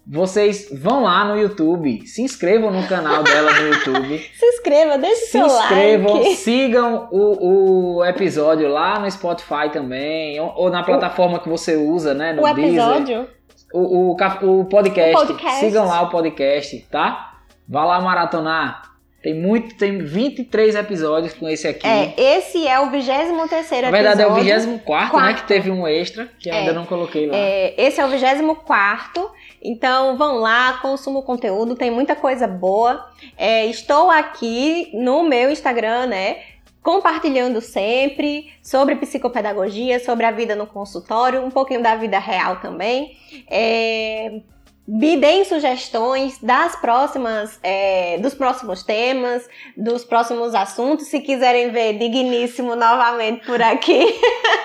vocês vão lá no YouTube, se inscrevam no canal dela no YouTube. Se inscreva, deixe se seu inscrevam, like. Sigam o, o episódio lá no Spotify também, ou, ou na plataforma o, que você usa, né? No o episódio? Deezer. O, o, o, podcast. o podcast. Sigam lá o podcast, tá? Vá lá maratonar. Tem muito, tem vinte e três episódios com esse aqui. É, esse é o vigésimo terceiro episódio. Na verdade é o vigésimo quarto, quarto. né? Que teve um extra, que é, ainda não coloquei lá. É, esse é o vigésimo quarto. Então vão lá, consumam o conteúdo, tem muita coisa boa. É, estou aqui no meu Instagram, né? Compartilhando sempre sobre psicopedagogia, sobre a vida no consultório, um pouquinho da vida real também. É... Me deem sugestões das próximas, é, dos próximos temas, dos próximos assuntos. Se quiserem ver Digníssimo novamente por aqui,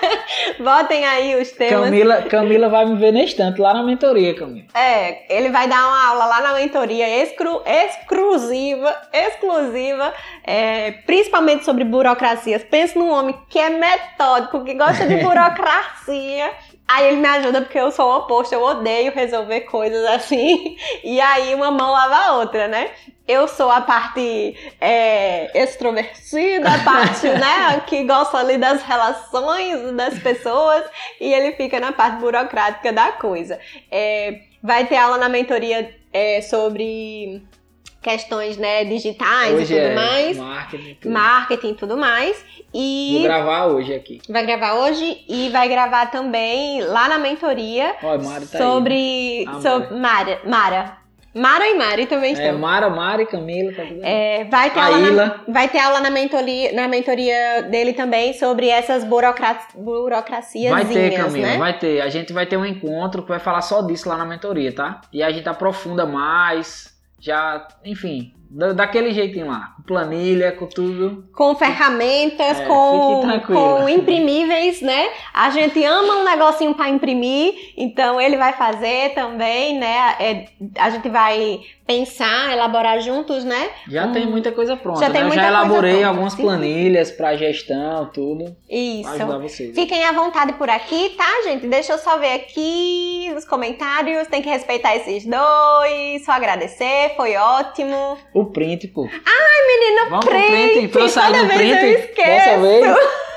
botem aí os temas. Camila, Camila vai me ver na estante, lá na mentoria, Camila. É, ele vai dar uma aula lá na mentoria exclu, exclusiva, exclusiva, é, principalmente sobre burocracias. Pense num homem que é metódico, que gosta de burocracia. Aí ele me ajuda porque eu sou o oposto, eu odeio resolver coisas assim, e aí uma mão lava a outra, né? Eu sou a parte é, extrovertida, a parte, né, que gosta ali das relações das pessoas, e ele fica na parte burocrática da coisa. É, vai ter aula na mentoria é, sobre questões, né, digitais hoje e tudo é mais. Marketing, tudo. Marketing e tudo mais. E vou gravar hoje aqui. Vai gravar hoje e vai gravar também lá na mentoria. Ó, Mari tá sobre, aí, né? sobre Mara. Mara. Mara e Mari também estão. É, Mara, Mari, Camila, tá tudo é, vai, ter a aula Ila. na, vai ter aula na mentoria, na mentoria dele também sobre essas burocra, burocraciazinhas, vai ter, Camila, né? vai ter. A gente vai ter um encontro que vai falar só disso lá na mentoria, tá? E a gente aprofunda mais, já, enfim, daquele jeitinho lá, com planilha, com tudo. Com ferramentas, é, com, com imprimíveis, né? A gente ama um negocinho para imprimir, então ele vai fazer também, né? É, a gente vai pensar, elaborar juntos, né? Já um, tem muita coisa pronta, já né? tem Eu muita já elaborei coisa algumas planilhas para gestão, tudo. Isso. Pra ajudar vocês. Fiquem à vontade por aqui, tá, gente? Deixa eu só ver aqui nos comentários. Tem que respeitar esses dois. Só agradecer, foi ótimo. O print, pô. Ai, menino, vamos print. Pro print. Pra eu sair Toda no vez print, eu esqueço. dessa vez.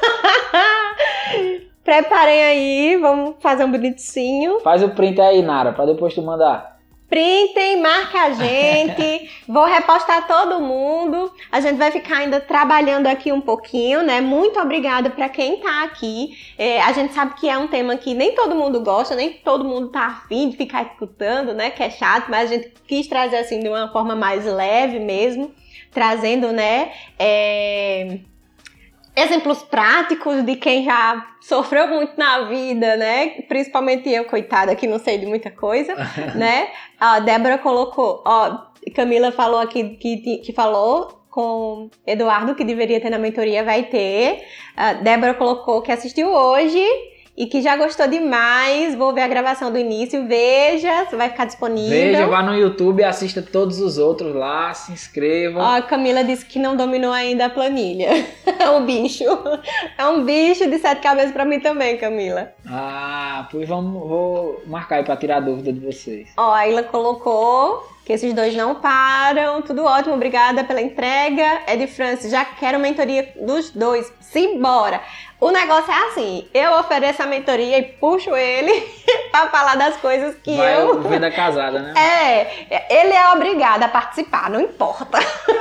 Preparem aí, vamos fazer um bonitinho. Faz o print aí, Nara, pra depois tu mandar. Printem, marca a gente, vou repostar todo mundo. A gente vai ficar ainda trabalhando aqui um pouquinho, né? Muito obrigada para quem tá aqui. É, a gente sabe que é um tema que nem todo mundo gosta, nem todo mundo tá afim de ficar escutando, né? Que é chato, mas a gente quis trazer assim de uma forma mais leve mesmo, trazendo, né? É... exemplos práticos de quem já sofreu muito na vida, né? Principalmente eu, coitada, que não sei de muita coisa, né? A Débora colocou, ó, Camila falou aqui que, que falou com Eduardo que deveria ter na mentoria, vai ter. A Débora colocou que assistiu hoje e que já gostou demais. Vou ver a gravação do início, veja, vai ficar disponível. Veja, vá no YouTube, assista todos os outros lá, se inscreva. Ó, a Camila disse que não dominou ainda a planilha. É um bicho. É um bicho de sete cabeças pra mim também, Camila. Ah, pois vamos, vou marcar aí pra tirar a dúvida de vocês. Ó, a Ila colocou que esses dois não param. Tudo ótimo, obrigada pela entrega. Ed Francis, já quero mentoria dos dois. Simbora! O negócio é assim, eu ofereço a mentoria e puxo ele pra falar das coisas que vai eu... Vai da casada, né? É, ele é obrigado a participar, não importa.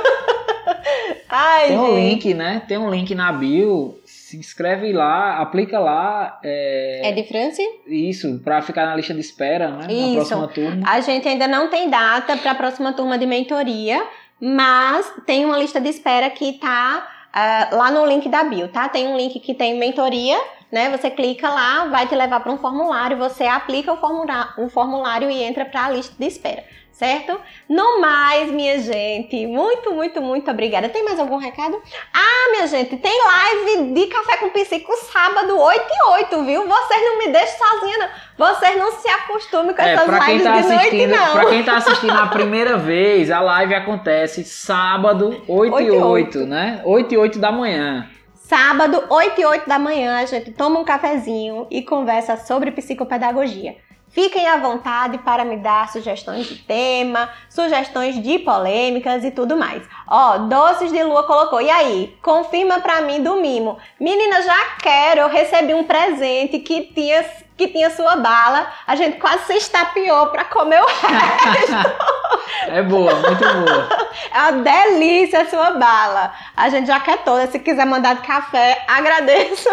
Ai, tem um gente. link, né? Tem um link na bio, se inscreve lá, aplica lá. É, é de França? Isso, pra ficar na lista de espera, né? Isso. Na próxima turma. A gente ainda não tem data pra próxima turma de mentoria, mas tem uma lista de espera que tá... Uh, lá no link da bio, tá? Tem um link que tem mentoria, né? Você clica lá, vai te levar para um formulário, você aplica o formulário, um formulário e entra para a lista de espera, certo? No mais, minha gente, muito, muito, muito obrigada. Tem mais algum recado? Ah, minha gente, tem live de Café com Psico sábado, oito e oito, viu? Vocês não me deixem sozinha, não. Vocês não se acostumem com é, essas pra quem lives tá de noite, não. Pra quem tá assistindo a primeira vez, a live acontece sábado, oito e oito, né? oito e oito da manhã. Sábado, oito e oito da manhã, a gente toma um cafezinho e conversa sobre psicopedagogia. Fiquem à vontade para me dar sugestões de tema, sugestões de polêmicas e tudo mais. Ó, Doces de Lua colocou, e aí? Confirma pra mim do mimo. Menina, já quero, eu recebi um presente que tinha, que tinha sua bala. A gente quase se estapeou pra comer o resto. É boa, muito boa. É uma delícia a sua bala. A gente já quer toda, se quiser mandar de café, agradeço.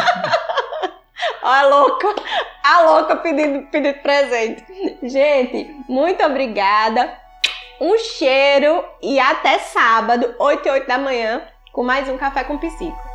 Ó, a louca, a louca pedindo, pedindo presente. Gente, muito obrigada. Um cheiro e até sábado, oito e oito da manhã, com mais um Café com Psico.